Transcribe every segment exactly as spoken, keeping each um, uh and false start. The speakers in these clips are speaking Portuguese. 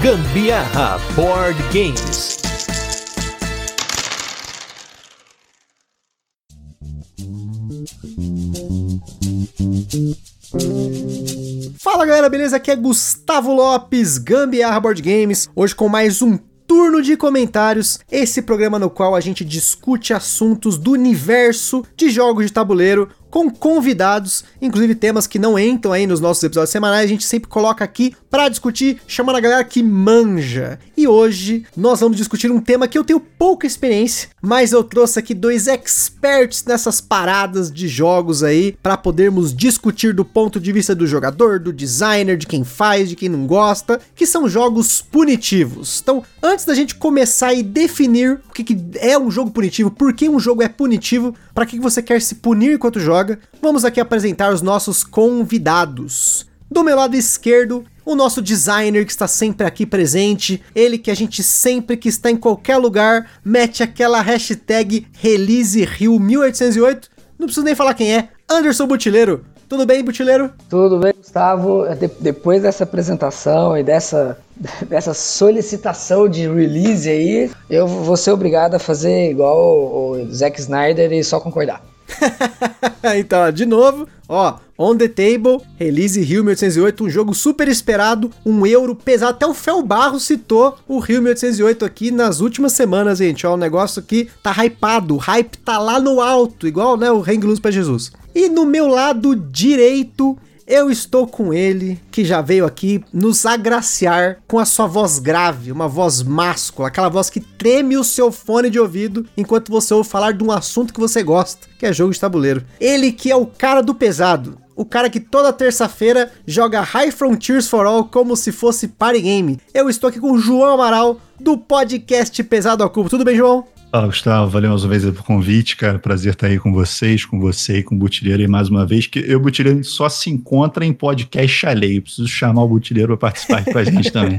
Gambiarra Board Games. Fala galera, beleza? Aqui é Gustavo Lopes, Gambiarra Board Games, hoje com mais um turno de comentários, esse programa no qual a gente discute assuntos do universo de jogos de tabuleiro com convidados, inclusive temas que não entram aí nos nossos episódios semanais, a gente sempre coloca aqui pra discutir, chamando a galera que manja. E hoje nós vamos discutir um tema que eu tenho pouca experiência, mas eu trouxe aqui dois experts nessas paradas de jogos aí, pra podermos discutir do ponto de vista do jogador, do designer, de quem faz, de quem não gosta, que são jogos punitivos. Então, antes da gente começar e definir o que, que é um jogo punitivo, por que um jogo é punitivo, pra que você quer se punir enquanto joga, vamos aqui apresentar os nossos convidados. Do meu lado esquerdo, o nosso designer que está sempre aqui presente, ele que a gente sempre que está em qualquer lugar, mete aquela hashtag Release Rio mil oitocentos e oito, não preciso nem falar quem é, Anderson Butileiro. Tudo bem, Butileiro? Tudo bem, Gustavo. De- depois dessa apresentação e dessa, dessa solicitação de release aí, eu vou ser obrigado a fazer igual o, o Zack Snyder e só concordar. Então, ó, de novo, ó, On The Table, Release Rio mil oitocentos e oito, um jogo super esperado, um euro pesado, até o Fel Barro citou o Rio mil oitocentos e oito aqui nas últimas semanas, gente, ó, o negócio aqui tá hypado, o hype tá lá no alto, igual, né, o Hang Loose pra Jesus. E no meu lado direito, eu estou com ele, que já veio aqui nos agraciar com a sua voz grave, uma voz máscula, aquela voz que treme o seu fone de ouvido enquanto você ouve falar de um assunto que você gosta, que é jogo de tabuleiro. Ele que é o cara do pesado, o cara que toda terça-feira joga High Frontiers for All como se fosse party game. Eu estou aqui com o João Amaral, do podcast Pesado ao Cubo. Tudo bem, João? Fala, Gustavo, valeu mais uma vez pelo convite, cara, prazer estar aí com vocês, com você e com o Butileiro aí mais uma vez, que eu e o Butileiro só se encontra em podcast alheio, preciso chamar o Butileiro para participar aqui com a gente também.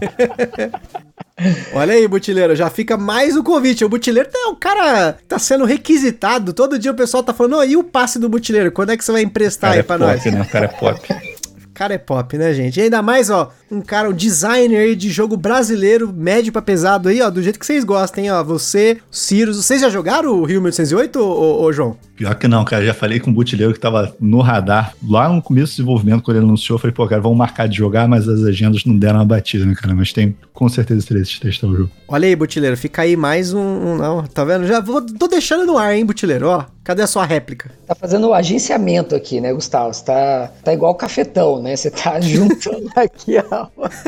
Olha aí, Butileiro, já fica mais o convite. O Butileiro é um cara que tá sendo requisitado, todo dia o pessoal tá falando, oh, e o passe do Butileiro, quando é que você vai emprestar aí é pra pop, nós? Né? O cara é pop. Cara é pop, né, gente? E ainda mais, ó, um cara, um designer aí de jogo brasileiro, médio pra pesado aí, ó, do jeito que vocês gostam, hein, ó, você, Cyrus, vocês já jogaram o Rio mil oitocentos e oito, ô, ô, ô João? Pior que não, cara, já falei com o Butileiro que tava no radar, lá no começo do desenvolvimento, quando ele anunciou, eu falei, pô, cara, vamos marcar de jogar, mas as agendas não deram uma batida, né, cara, mas tem, com certeza, interesse de testar o jogo. Olha aí, Butileiro, fica aí mais um, um não, tá vendo? Já vou, tô deixando no ar, hein, Butileiro, ó, cadê a sua réplica? Tá fazendo o agenciamento aqui, né, Gustavo? Você tá, tá igual o cafetão, né? Você tá juntando aqui a...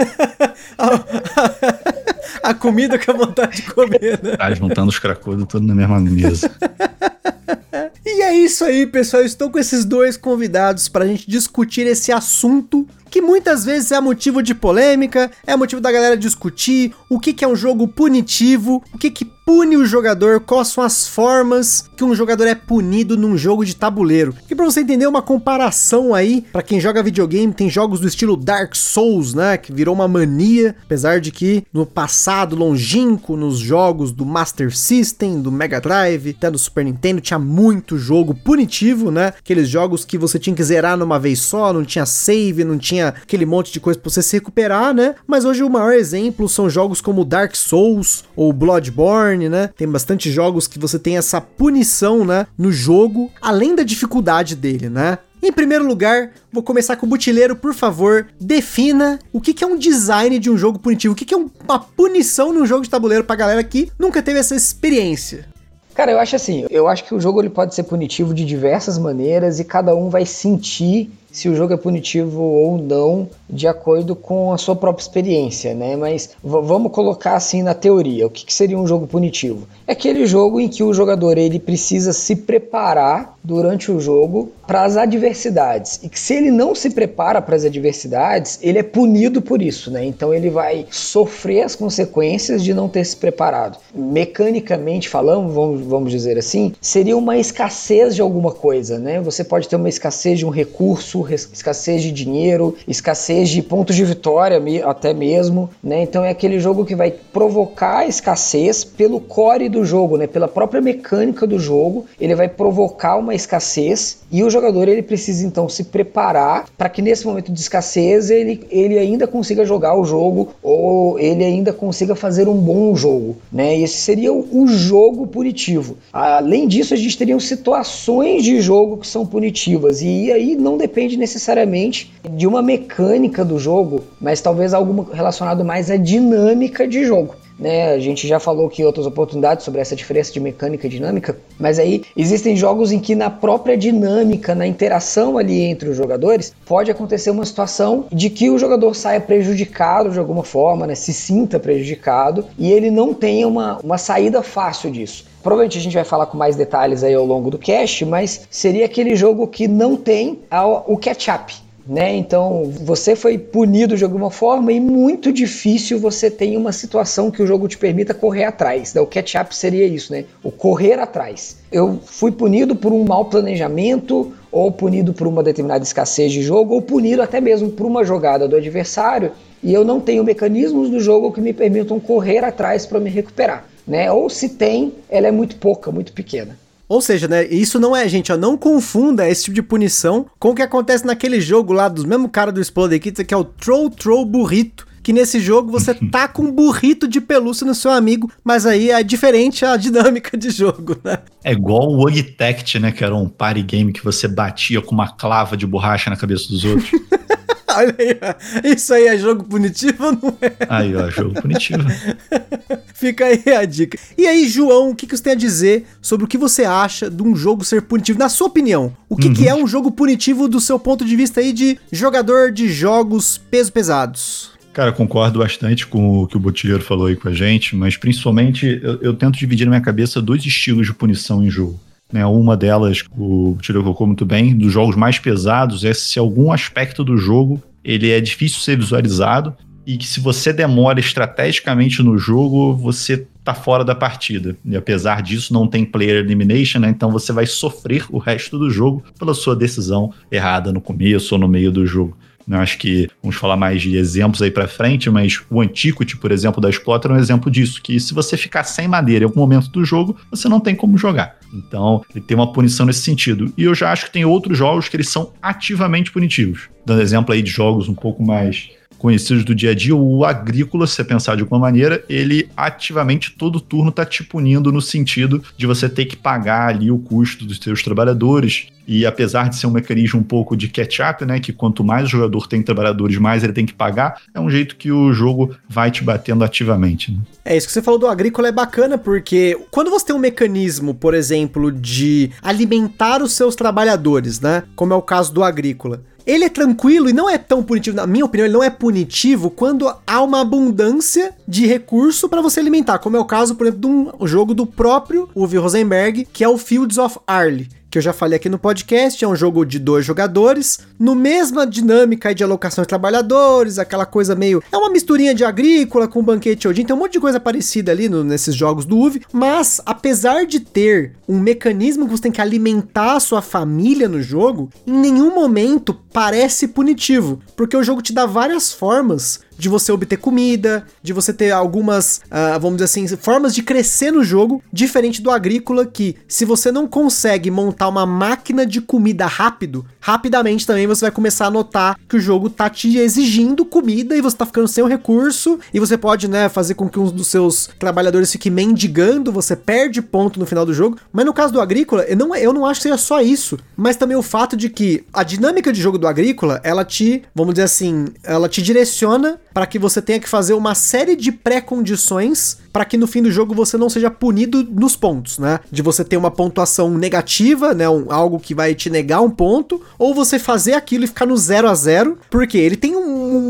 a comida com a vontade de comer, né? Tá juntando os cracudos tudo na mesma mesa. E é isso aí, pessoal. Eu estou com esses dois convidados para a gente discutir esse assunto que muitas vezes é motivo de polêmica, é motivo da galera discutir o que, que é um jogo punitivo, o que, que pune o jogador, quais são as formas que um jogador é punido num jogo de tabuleiro. E pra você entender uma comparação aí, pra quem joga videogame, tem jogos do estilo Dark Souls, né, que virou uma mania, apesar de que no passado longínquo, nos jogos do Master System, do Mega Drive, até do Super Nintendo, tinha muito jogo punitivo, né, aqueles jogos que você tinha que zerar numa vez só, não tinha save, não tinha aquele monte de coisa pra você se recuperar, né, mas hoje o maior exemplo são jogos como Dark Souls ou Bloodborne, né, tem bastante jogos que você tem essa punição, né, no jogo, além da dificuldade dele, né. Em primeiro lugar, vou começar com o Butileiro, por favor, defina o que, que é um design de um jogo punitivo, o que, que é uma punição num jogo de tabuleiro pra galera que nunca teve essa experiência. Cara, eu acho assim, eu acho que o jogo ele pode ser punitivo de diversas maneiras e cada um vai sentir se o jogo é punitivo ou não de acordo com a sua própria experiência, né? Mas v- vamos colocar assim na teoria, o que, que seria um jogo punitivo? É aquele jogo em que o jogador ele precisa se preparar durante o jogo para as adversidades, e que se ele não se prepara para as adversidades, ele é punido por isso, né? Então ele vai sofrer as consequências de não ter se preparado. Mecanicamente falando, vamos, vamos dizer assim, seria uma escassez de alguma coisa, né? Você pode ter uma escassez de um recurso escassez de dinheiro, escassez de pontos de vitória até mesmo, né? Então é aquele jogo que vai provocar escassez pelo core do jogo, né? Pela própria mecânica do jogo, ele vai provocar uma escassez e o jogador ele precisa então se preparar para que nesse momento de escassez ele, ele ainda consiga jogar o jogo ou ele ainda consiga fazer um bom jogo, né? Esse seria o, o jogo punitivo. Além disso, a gente teria situações de jogo que são punitivas e aí não depende necessariamente de uma mecânica do jogo, mas talvez algo relacionado mais à dinâmica de jogo. Né, a gente já falou aqui em outras oportunidades sobre essa diferença de mecânica e dinâmica, mas aí existem jogos em que na própria dinâmica, na interação ali entre os jogadores, pode acontecer uma situação de que o jogador saia prejudicado de alguma forma, né, se sinta prejudicado e ele não tenha uma, uma saída fácil disso. Provavelmente a gente vai falar com mais detalhes aí ao longo do cast, mas seria aquele jogo que não tem o catch-up. Né? Então você foi punido de alguma forma e muito difícil você ter uma situação que o jogo te permita correr atrás, né? O catch-up seria isso, né? O correr atrás. Eu fui punido por um mau planejamento ou punido por uma determinada escassez de jogo ou punido até mesmo por uma jogada do adversário e eu não tenho mecanismos do jogo que me permitam correr atrás para me recuperar, né? Ou se tem, ela é muito pouca, muito pequena. Ou seja, né, isso não é, gente, ó, não confunda esse tipo de punição com o que acontece naquele jogo lá dos mesmo cara do Exploded Kids, que é o Troll Troll Burrito, que nesse jogo você tá com um burrito de pelúcia no seu amigo, mas aí é diferente a dinâmica de jogo, né? É igual o Ugtect, né, que era um party game que você batia com uma clava de borracha na cabeça dos outros. Olha aí, ó. Isso aí é jogo punitivo ou não é? Aí, ó, jogo punitivo. Fica aí a dica. E aí, João, o que, que você tem a dizer sobre o que você acha de um jogo ser punitivo? Na sua opinião, o que, uhum. que é um jogo punitivo do seu ponto de vista aí de jogador de jogos peso pesados? Cara, concordo bastante com o que o Botilheiro falou aí com a gente, mas principalmente eu, eu tento dividir na minha cabeça dois estilos de punição em jogo. Né, uma delas, o Botilheiro colocou muito bem, dos jogos mais pesados, é se algum aspecto do jogo ele é difícil de ser visualizado e que se você demora estrategicamente no jogo, você tá fora da partida. E apesar disso, não tem player elimination, né, então você vai sofrer o resto do jogo pela sua decisão errada no começo ou no meio do jogo. Eu acho que vamos falar mais de exemplos aí pra frente, mas o Antiquity, por exemplo, da Exploiter é um exemplo disso, que se você ficar sem madeira em algum momento do jogo, você não tem como jogar. Então, ele tem uma punição nesse sentido. E eu já acho que tem outros jogos que eles são ativamente punitivos. Dando exemplo aí de jogos um pouco mais conhecidos do dia a dia, o Agrícola, se você pensar de alguma maneira, ele ativamente todo turno tá te punindo no sentido de você ter que pagar ali o custo dos seus trabalhadores. E apesar de ser um mecanismo um pouco de catch-up, né, que quanto mais o jogador tem trabalhadores, mais ele tem que pagar, é um jeito que o jogo vai te batendo ativamente. Né? É, isso que você falou do Agrícola é bacana, porque quando você tem um mecanismo, por exemplo, de alimentar os seus trabalhadores, né, como é o caso do Agrícola, ele é tranquilo e não é tão punitivo, na minha opinião, ele não é punitivo quando há uma abundância de recurso para você alimentar, como é o caso, por exemplo, de um jogo do próprio Uwe Rosenberg, que é o Fields of Arle, que eu já falei aqui no podcast, é um jogo de dois jogadores, no mesma dinâmica de alocação de trabalhadores, aquela coisa meio... É uma misturinha de Agrícola com Banquete Odin, tem um monte de coisa parecida ali no, nesses jogos do Uwe, mas apesar de ter um mecanismo que você tem que alimentar a sua família no jogo, em nenhum momento parece punitivo, porque o jogo te dá várias formas de você obter comida, de você ter algumas, uh, vamos dizer assim, formas de crescer no jogo, diferente do Agrícola, que se você não consegue montar uma máquina de comida rápido, rapidamente também você vai começar a notar que o jogo tá te exigindo comida e você tá ficando sem o recurso, e você pode, né, fazer com que um dos seus trabalhadores fique mendigando, você perde ponto no final do jogo, mas no caso do Agrícola, eu não, eu não acho que seja só isso, mas também o fato de que a dinâmica de jogo do Agrícola, ela te, vamos dizer assim, ela te direciona para que você tenha que fazer uma série de pré-condições para que no fim do jogo você não seja punido nos pontos, né? De você ter uma pontuação negativa, né? Um, algo que vai te negar um ponto, ou você fazer aquilo e ficar no zero a zero, porque ele tem um,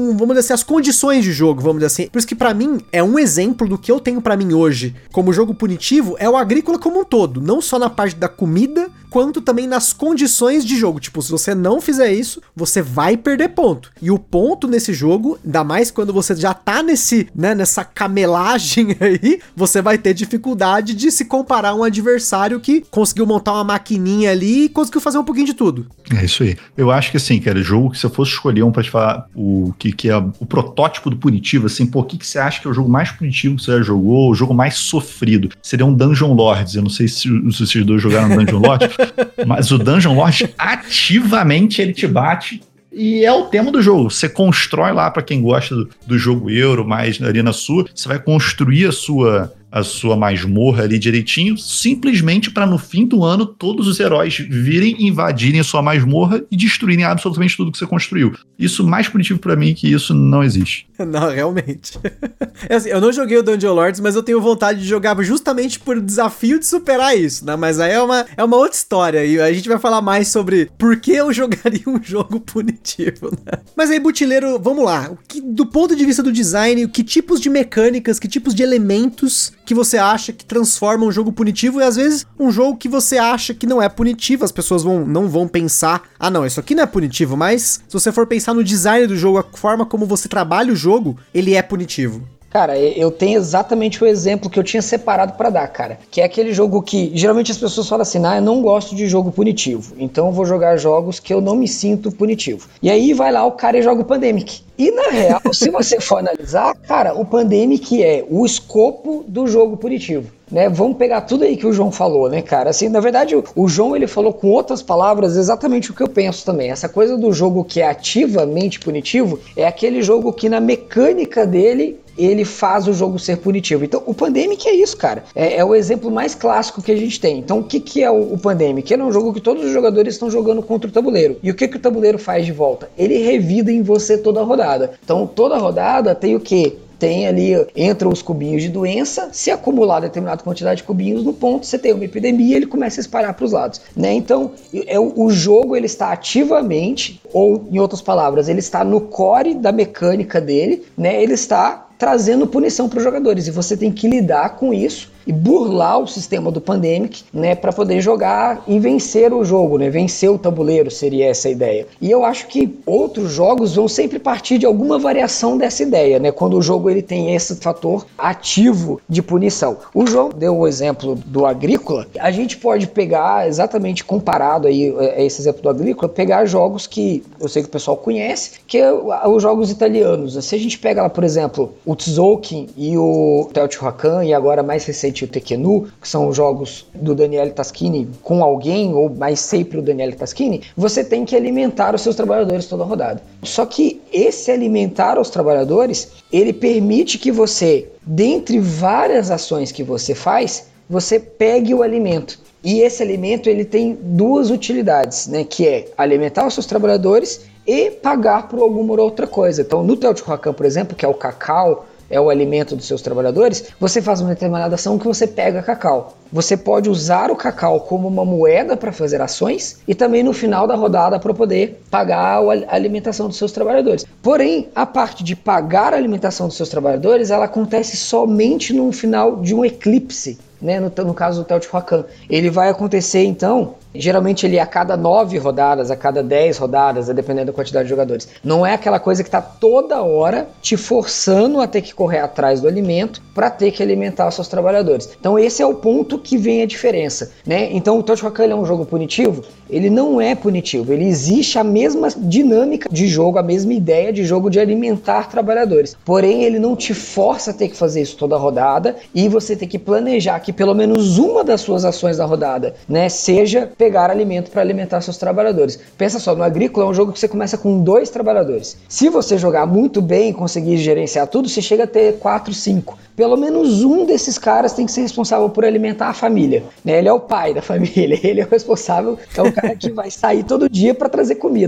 com, vamos dizer assim, as condições de jogo, vamos dizer assim. Por isso que pra mim, é um exemplo do que eu tenho pra mim hoje como jogo punitivo, é o Agrícola como um todo. Não só na parte da comida, quanto também nas condições de jogo. Tipo, se você não fizer isso, você vai perder ponto. E o ponto nesse jogo, ainda mais quando você já tá nesse, né, nessa camelagem aí, você vai ter dificuldade de se comparar a um adversário que conseguiu montar uma maquininha ali e conseguiu fazer um pouquinho de tudo. É isso aí. Eu acho que assim, cara, jogo que se eu fosse escolher um pra te falar o que, que é o protótipo do punitivo, assim, pô, o que, que você acha que é o jogo mais punitivo que você já jogou, o jogo mais sofrido? Seria um Dungeon Lords. Eu não sei se, se vocês dois jogaram Dungeon Lords, mas o Dungeon Lords ativamente ele te bate. E é o tema do jogo. Você constrói lá, pra quem gosta do, do jogo Euro, mais ali na sua, você vai construir a sua, a sua masmorra ali direitinho, simplesmente para no fim do ano todos os heróis virem, invadirem a sua masmorra e destruírem absolutamente tudo que você construiu. Isso mais punitivo para mim que isso não existe. Não, realmente. É assim, eu não joguei o Dungeon Lords, mas eu tenho vontade de jogar justamente por desafio de superar isso, né? Mas aí é uma, é uma outra história e a gente vai falar mais sobre por que eu jogaria um jogo punitivo, né? Mas aí, Butileiro, vamos lá. O que, do ponto de vista do design, que tipos de mecânicas, que tipos de elementos que você acha que transformam um jogo punitivo e às vezes um jogo que você acha que não é punitivo, as pessoas vão, não vão pensar, ah não, isso aqui não é punitivo, mas se você for pensar no design do jogo, a forma como você trabalha o jogo, ele é punitivo. Cara, eu tenho exatamente o exemplo que eu tinha separado pra dar, cara. Que é aquele jogo que, geralmente as pessoas falam assim, ah, eu não gosto de jogo punitivo, então eu vou jogar jogos que eu não me sinto punitivo. E aí vai lá o cara e joga o Pandemic. E na real, se você for analisar, cara, o Pandemic é o escopo do jogo punitivo. Né, vamos pegar tudo aí que o João falou, né, cara? Assim, na verdade, o, o João ele falou com outras palavras exatamente o que eu penso também. Essa coisa do jogo que é ativamente punitivo é aquele jogo que na mecânica dele ele faz o jogo ser punitivo. Então, o Pandemic é isso, cara. É, é o exemplo mais clássico que a gente tem. Então, o que, que é o, o Pandemic? Ele é um jogo que todos os jogadores estão jogando contra o tabuleiro. E o que, que o tabuleiro faz de volta? Ele revida em você toda a rodada. Então, toda rodada tem o quê? Tem ali, entra os cubinhos de doença, se acumular determinada quantidade de cubinhos no ponto, você tem uma epidemia, ele começa a espalhar para os lados, né? Então, é, o jogo ele está ativamente, ou em outras palavras, ele está no core da mecânica dele, né? Ele está trazendo punição para os jogadores, e você tem que lidar com isso e burlar o sistema do Pandemic, né, para poder jogar e vencer o jogo, né, vencer o tabuleiro, seria essa a ideia. E eu acho que outros jogos vão sempre partir de alguma variação dessa ideia, né, quando o jogo ele tem esse fator ativo de punição. O João deu o exemplo do Agrícola, a gente pode pegar exatamente comparado aí a esse exemplo do Agrícola, pegar jogos que eu sei que o pessoal conhece, que é os jogos italianos. Se a gente pega lá, por exemplo, o Tzolk'in e o Teotihuacan, e agora mais recente o Tekhenu, que são jogos do Daniele Taschini com alguém, ou mais sempre o Daniele Taschini, você tem que alimentar os seus trabalhadores toda a rodada. Só que esse alimentar os trabalhadores, ele permite que você, dentre várias ações que você faz, você pegue o alimento. E esse alimento ele tem duas utilidades, né, que é alimentar os seus trabalhadores e pagar por alguma outra coisa. Então, no Teotihuacan, por exemplo, que é o cacau, é o alimento dos seus trabalhadores, você faz uma determinada ação que você pega cacau. Você pode usar o cacau como uma moeda para fazer ações e também no final da rodada para poder pagar a alimentação dos seus trabalhadores. Porém, a parte de pagar a alimentação dos seus trabalhadores, ela acontece somente no final de um eclipse, né? No, no caso do Teotihuacan. Ele vai acontecer, então, geralmente ele é a cada nove rodadas, a cada dez rodadas, dependendo da quantidade de jogadores. Não é aquela coisa que está toda hora te forçando a ter que correr atrás do alimento para ter que alimentar os seus trabalhadores. Então esse é o ponto que vem a diferença, né? Então o Teotihuacan é um jogo punitivo? Ele não é punitivo, ele existe a mesma dinâmica de jogo, a mesma ideia de jogo de alimentar trabalhadores. Porém, ele não te força a ter que fazer isso toda a rodada e você tem que planejar que pelo menos uma das suas ações da rodada, né, seja pegar alimento para alimentar seus trabalhadores. Pensa só, no Agrícola é um jogo que você começa com dois trabalhadores. Se você jogar muito bem e conseguir gerenciar tudo, você chega a ter quatro, cinco. Pelo menos um desses caras tem que ser responsável por alimentar a família, né? Ele é o pai da família, ele é o responsável, é o cara que vai sair todo dia para trazer comida.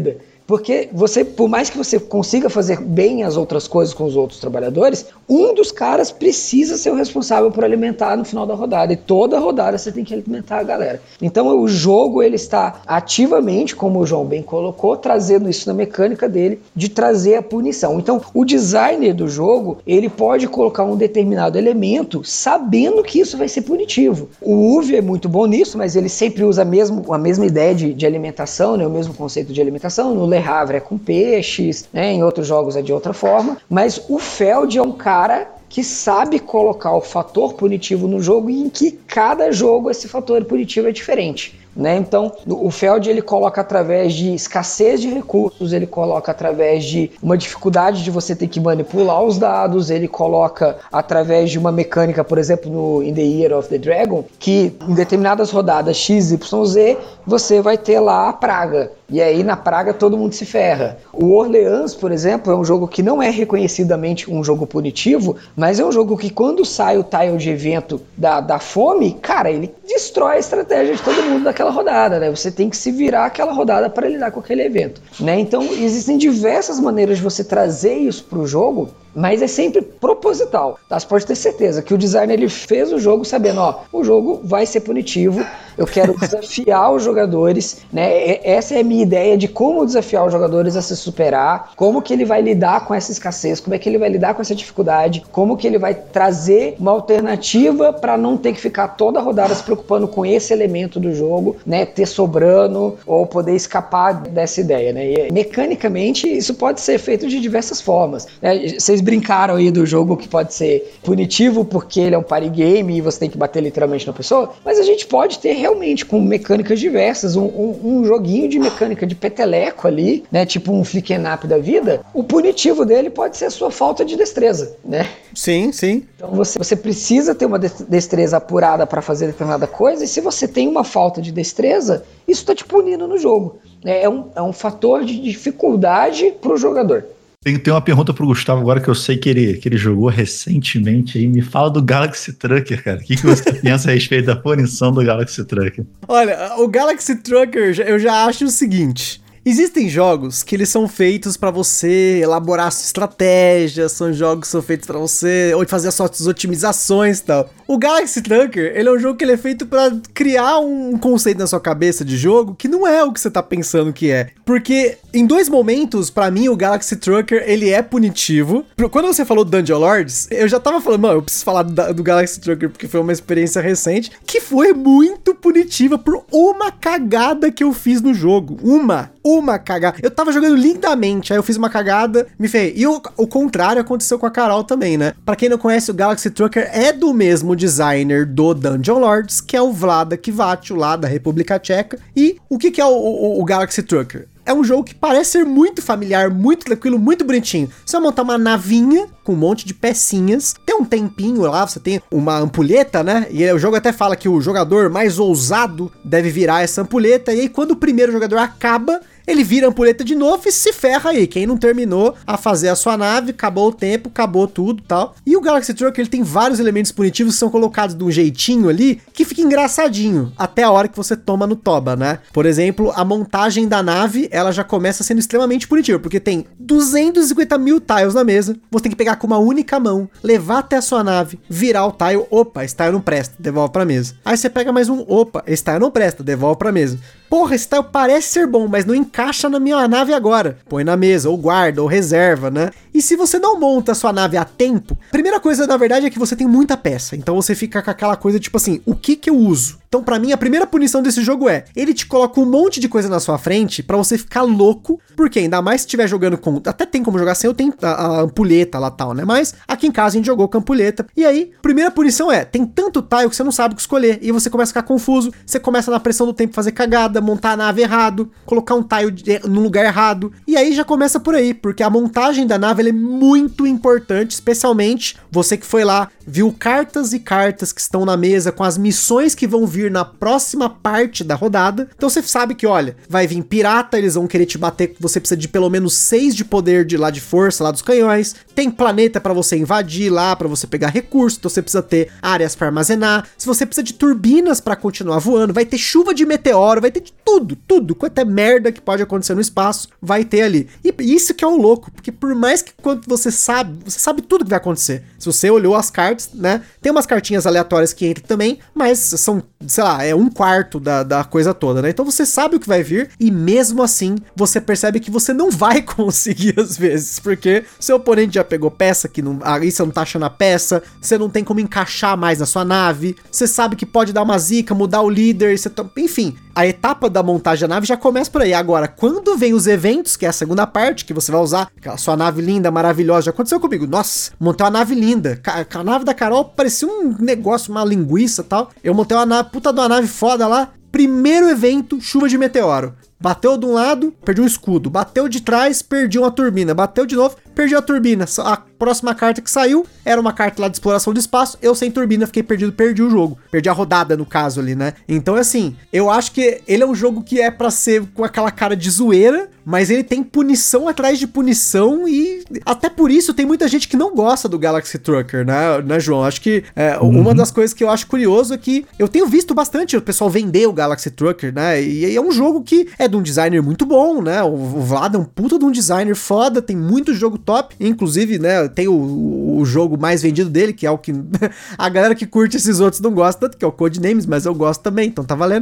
Porque você, por mais que você consiga fazer bem as outras coisas com os outros trabalhadores, um dos caras precisa ser o responsável por alimentar no final da rodada. E toda rodada você tem que alimentar a galera. Então o jogo ele está ativamente, como o João bem colocou, trazendo isso na mecânica dele, de trazer a punição. Então o designer do jogo, ele pode colocar um determinado elemento sabendo que isso vai ser punitivo. O U V é muito bom nisso, mas ele sempre usa mesmo, a mesma ideia de, de alimentação, né, o mesmo conceito de alimentação. No Le Havre é com peixes, né, em outros jogos é de outra forma, mas o Feld é um cara que sabe colocar o fator punitivo no jogo e em que cada jogo esse fator punitivo é diferente. Né? Então, o Feld ele coloca através de escassez de recursos, ele coloca através de uma dificuldade de você ter que manipular os dados, ele coloca através de uma mecânica, por exemplo, no In the Year of the Dragon, que em determinadas rodadas X, Y, Z, você vai ter lá a praga. E aí na praga todo mundo se ferra. O Orleans, por exemplo, é um jogo que não é reconhecidamente um jogo punitivo, mas é um jogo que quando sai o tile de evento da, da fome, cara, ele destrói a estratégia de todo mundo daquela rodada, né? Você tem que se virar aquela rodada para lidar com aquele evento, né? Então existem diversas maneiras de você trazer isso para o jogo, mas é sempre proposital, tá? Você pode ter certeza que o designer ele fez o jogo sabendo, ó, o jogo vai ser punitivo, eu quero desafiar os jogadores, né? Essa é a minha ideia de como desafiar os jogadores a se superar, como que ele vai lidar com essa escassez, como é que ele vai lidar com essa dificuldade, como que ele vai trazer uma alternativa para não ter que ficar toda a rodada se preocupando com esse elemento do jogo, né? Ter sobrando ou poder escapar dessa ideia, né? E, mecanicamente isso pode ser feito de diversas formas, né? Vocês brincaram aí do jogo que pode ser punitivo porque ele é um party game e você tem que bater literalmente na pessoa, mas a gente pode ter realmente com mecânicas diversas, um, um, um joguinho de mecânica de peteleco ali, né, tipo um flick and up da vida. O punitivo dele pode ser a sua falta de destreza, né? Sim, sim. Então você, você precisa ter uma destreza apurada para fazer determinada coisa, e se você tem uma falta de destreza, isso tá te punindo no jogo. É um, é um fator de dificuldade pro jogador. Tem, tem uma pergunta pro Gustavo agora que eu sei que ele, que ele jogou recentemente aí. Me fala do Galaxy Trucker, cara. O que, que você pensa a respeito da punição do Galaxy Trucker? Olha, o Galaxy Trucker, eu já acho o seguinte... Existem jogos que eles são feitos pra você elaborar sua estratégia, são jogos que são feitos pra você fazer as suas otimizações e tal. O Galaxy Trucker, ele é um jogo que ele é feito pra criar um conceito na sua cabeça de jogo que não é o que você tá pensando que é. Porque em dois momentos, pra mim, o Galaxy Trucker, ele é punitivo. Quando você falou do Dungeon Lords, eu já tava falando, mano, eu preciso falar do, do Galaxy Trucker porque foi uma experiência recente que foi muito punitiva por uma cagada que eu fiz no jogo. Uma, uma cagada. Eu tava jogando lindamente, aí eu fiz uma cagada, me ferrei. E o, o contrário aconteceu com a Carol também, né? Pra quem não conhece, o Galaxy Trucker é do mesmo designer do Dungeon Lords, que é o Vlada Kvacho, lá da República Tcheca. E o que que é o, o, o Galaxy Trucker? É um jogo que parece ser muito familiar, muito tranquilo, muito bonitinho. Você vai montar uma navinha com um monte de pecinhas, tem um tempinho lá, você tem uma ampulheta, né? E o jogo até fala que o jogador mais ousado deve virar essa ampulheta, e aí quando o primeiro jogador acaba, ele vira a ampulheta de novo e se ferra aí. Quem não terminou a fazer a sua nave, acabou o tempo, acabou tudo e tal. E o Galaxy Trucker, ele tem vários elementos punitivos que são colocados de um jeitinho ali que fica engraçadinho, até a hora que você toma no toba, né? Por exemplo, a montagem da nave, ela já começa sendo extremamente punitiva, porque tem duzentos e cinquenta mil tiles na mesa, você tem que pegar com uma única mão, levar até a sua nave, virar o tile, opa, esse tile não presta, devolve pra mesa. Aí você pega mais um, opa, esse tile não presta, devolve pra mesa. Porra, esse tile parece ser bom, mas não encaixa na minha nave agora. Põe na mesa, ou guarda, ou reserva, né? E se você não monta a sua nave a tempo, a primeira coisa, na verdade, é que você tem muita peça. Então você fica com aquela coisa, tipo assim, o que que eu uso? Então, pra mim, a primeira punição desse jogo é, ele te coloca um monte de coisa na sua frente pra você ficar louco, porque ainda mais se estiver jogando com... Até tem como jogar sem, eu tenho a, a ampulheta lá tal, né? Mas aqui em casa a gente jogou com a ampulheta. E aí, primeira punição é, tem tanto tile que você não sabe o que escolher. E você começa a ficar confuso, você começa na pressão do tempo fazer cagada, montar a nave errado, colocar um tile de, no lugar errado. E aí já começa por aí, porque a montagem da nave ela é muito importante, especialmente você que foi lá, viu cartas e cartas que estão na mesa com as missões que vão vir na próxima parte da rodada. Então você sabe que, olha, vai vir pirata, eles vão querer te bater, você precisa de pelo menos seis de poder de lá de força, lá dos canhões. tem planeta pra você invadir lá, pra você pegar recursos, então você precisa ter áreas pra armazenar, se você precisa de turbinas pra continuar voando, vai ter chuva de meteoro, vai ter de tudo, tudo, quanto é merda que pode acontecer no espaço, vai ter ali. E isso que é o louco, porque por mais que quando você sabe, você sabe tudo que vai acontecer. Se você olhou as cartas, né, tem umas cartinhas aleatórias que entram também, mas são, sei lá, é um quarto da, da coisa toda, né, então você sabe o que vai vir, e mesmo assim, você percebe que você não vai conseguir às vezes, porque seu oponente já pegou peça, que não, aí você não tá achando a peça, você não tem como encaixar mais na sua nave, você sabe que pode dar uma zica, mudar o líder, você tá, enfim, a etapa da montagem da nave já começa por aí. Agora, quando vem os eventos, que é a segunda parte, que você vai usar aquela sua nave linda, maravilhosa, já aconteceu comigo, nossa, montei uma nave linda, a, a nave da Carol parecia um negócio, uma linguiça e tal, eu montei uma nave, puta de uma nave foda lá, primeiro evento, chuva de meteoro. Bateu de um lado, perdi um escudo. Bateu de trás, perdi uma turbina. Bateu de novo, perdi a turbina. A próxima carta que saiu era uma carta lá de exploração do espaço. Eu sem turbina, fiquei perdido, perdi o jogo. Perdi a rodada, no caso ali, né? Então, assim, eu acho que ele é um jogo que é pra ser com aquela cara de zoeira, mas ele tem punição atrás de punição e até por isso tem muita gente que não gosta do Galaxy Trucker, né, né João? Acho que é, uhum. uma das coisas que eu acho curioso é que eu tenho visto bastante o pessoal vender o Galaxy Trucker, né? E, e é um jogo que é de um designer muito bom, né? O, o Vlad é um puta de um designer foda, tem muito jogo top, inclusive, né, tem o, o jogo mais vendido dele, que é o que a galera que curte esses outros não gosta tanto, que é o Codenames, mas eu gosto também, então tá valendo.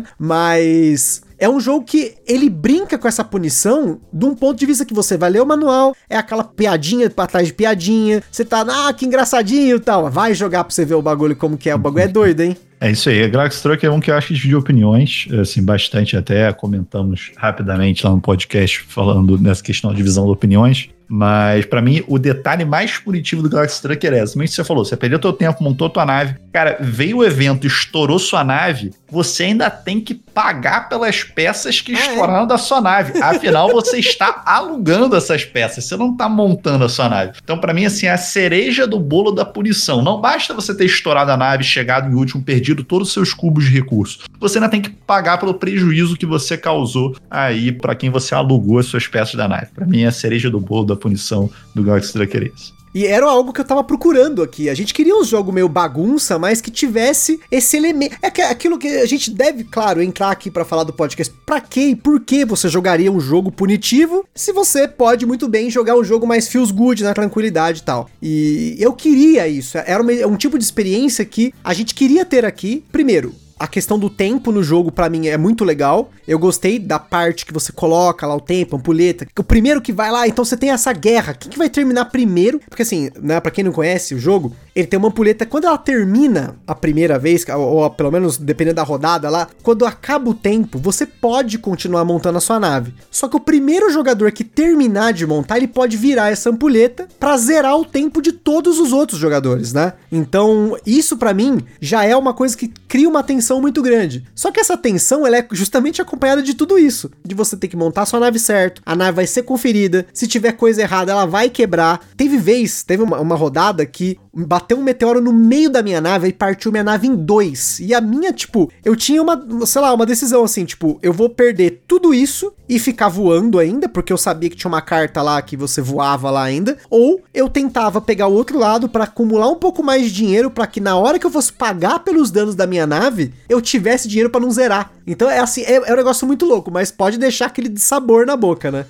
Mas é um jogo que ele brinca com essa punição de um ponto de vista que você vai ler o manual, é aquela piadinha pra trás de piadinha, você tá, ah, que engraçadinho e tal, vai jogar pra você ver o bagulho como que é, o bagulho é doido, hein? É isso aí, a Galaxy Trucker é um que eu acho que divide opiniões, assim, bastante, até comentamos rapidamente lá no podcast falando nessa questão da divisão de opiniões, mas pra mim o detalhe mais punitivo do Galaxy Trucker é exatamente o que você falou, você perdeu teu tempo, montou tua nave, cara, veio o evento, estourou sua nave, você ainda tem que pagar pelas peças que estouraram é. da sua nave, afinal você está alugando essas peças, você não tá montando a sua nave. Então pra mim, assim, é a cereja do bolo da punição, não basta você ter estourado a nave, chegado em último, perdido todos os seus cubos de recursos, você ainda tem que pagar pelo prejuízo que você causou aí pra quem você alugou as suas peças da nave. Pra mim é a cereja do bolo da punição do Galaxy Trucker é isso. E era algo que eu tava procurando aqui. A gente queria um jogo meio bagunça, mas que tivesse esse elemento. É aquilo que a gente deve, claro, entrar aqui pra falar do podcast. Pra quê e por que você jogaria um jogo punitivo se você pode muito bem jogar um jogo mais feels good, na tranquilidade e tal. E eu queria isso. Era uma, um tipo de experiência que a gente queria ter aqui. Primeiro, a questão do tempo no jogo, pra mim, é muito legal. Eu gostei da parte que você coloca lá o tempo, a ampulheta. O primeiro que vai lá, então você tem essa guerra. Quem que vai terminar primeiro? Porque assim, né, pra quem não conhece o jogo, ele tem uma ampulheta. Quando ela termina a primeira vez, ou, ou pelo menos dependendo da rodada lá, quando acaba o tempo, você pode continuar montando a sua nave. Só que o primeiro jogador que terminar de montar, ele pode virar essa ampulheta pra zerar o tempo de todos os outros jogadores, né? Então, isso pra mim já é uma coisa que cria uma tensão muito grande. Só que essa tensão, ela é justamente acompanhada de tudo isso. De você ter que montar a sua nave certo, a nave vai ser conferida, se tiver coisa errada, ela vai quebrar. Teve vez, teve uma, uma rodada que bateu um meteoro no meio da minha nave e partiu minha nave em dois. E a minha, tipo, eu tinha uma, sei lá, uma decisão assim, tipo, eu vou perder tudo isso e ficar voando ainda, porque eu sabia que tinha uma carta lá que você voava lá ainda, ou eu tentava pegar o outro lado pra acumular um pouco mais de dinheiro pra que na hora que eu fosse pagar pelos danos da minha nave, eu tivesse dinheiro pra não zerar. Então é assim, é, é um negócio muito louco, mas pode deixar aquele sabor na boca, né?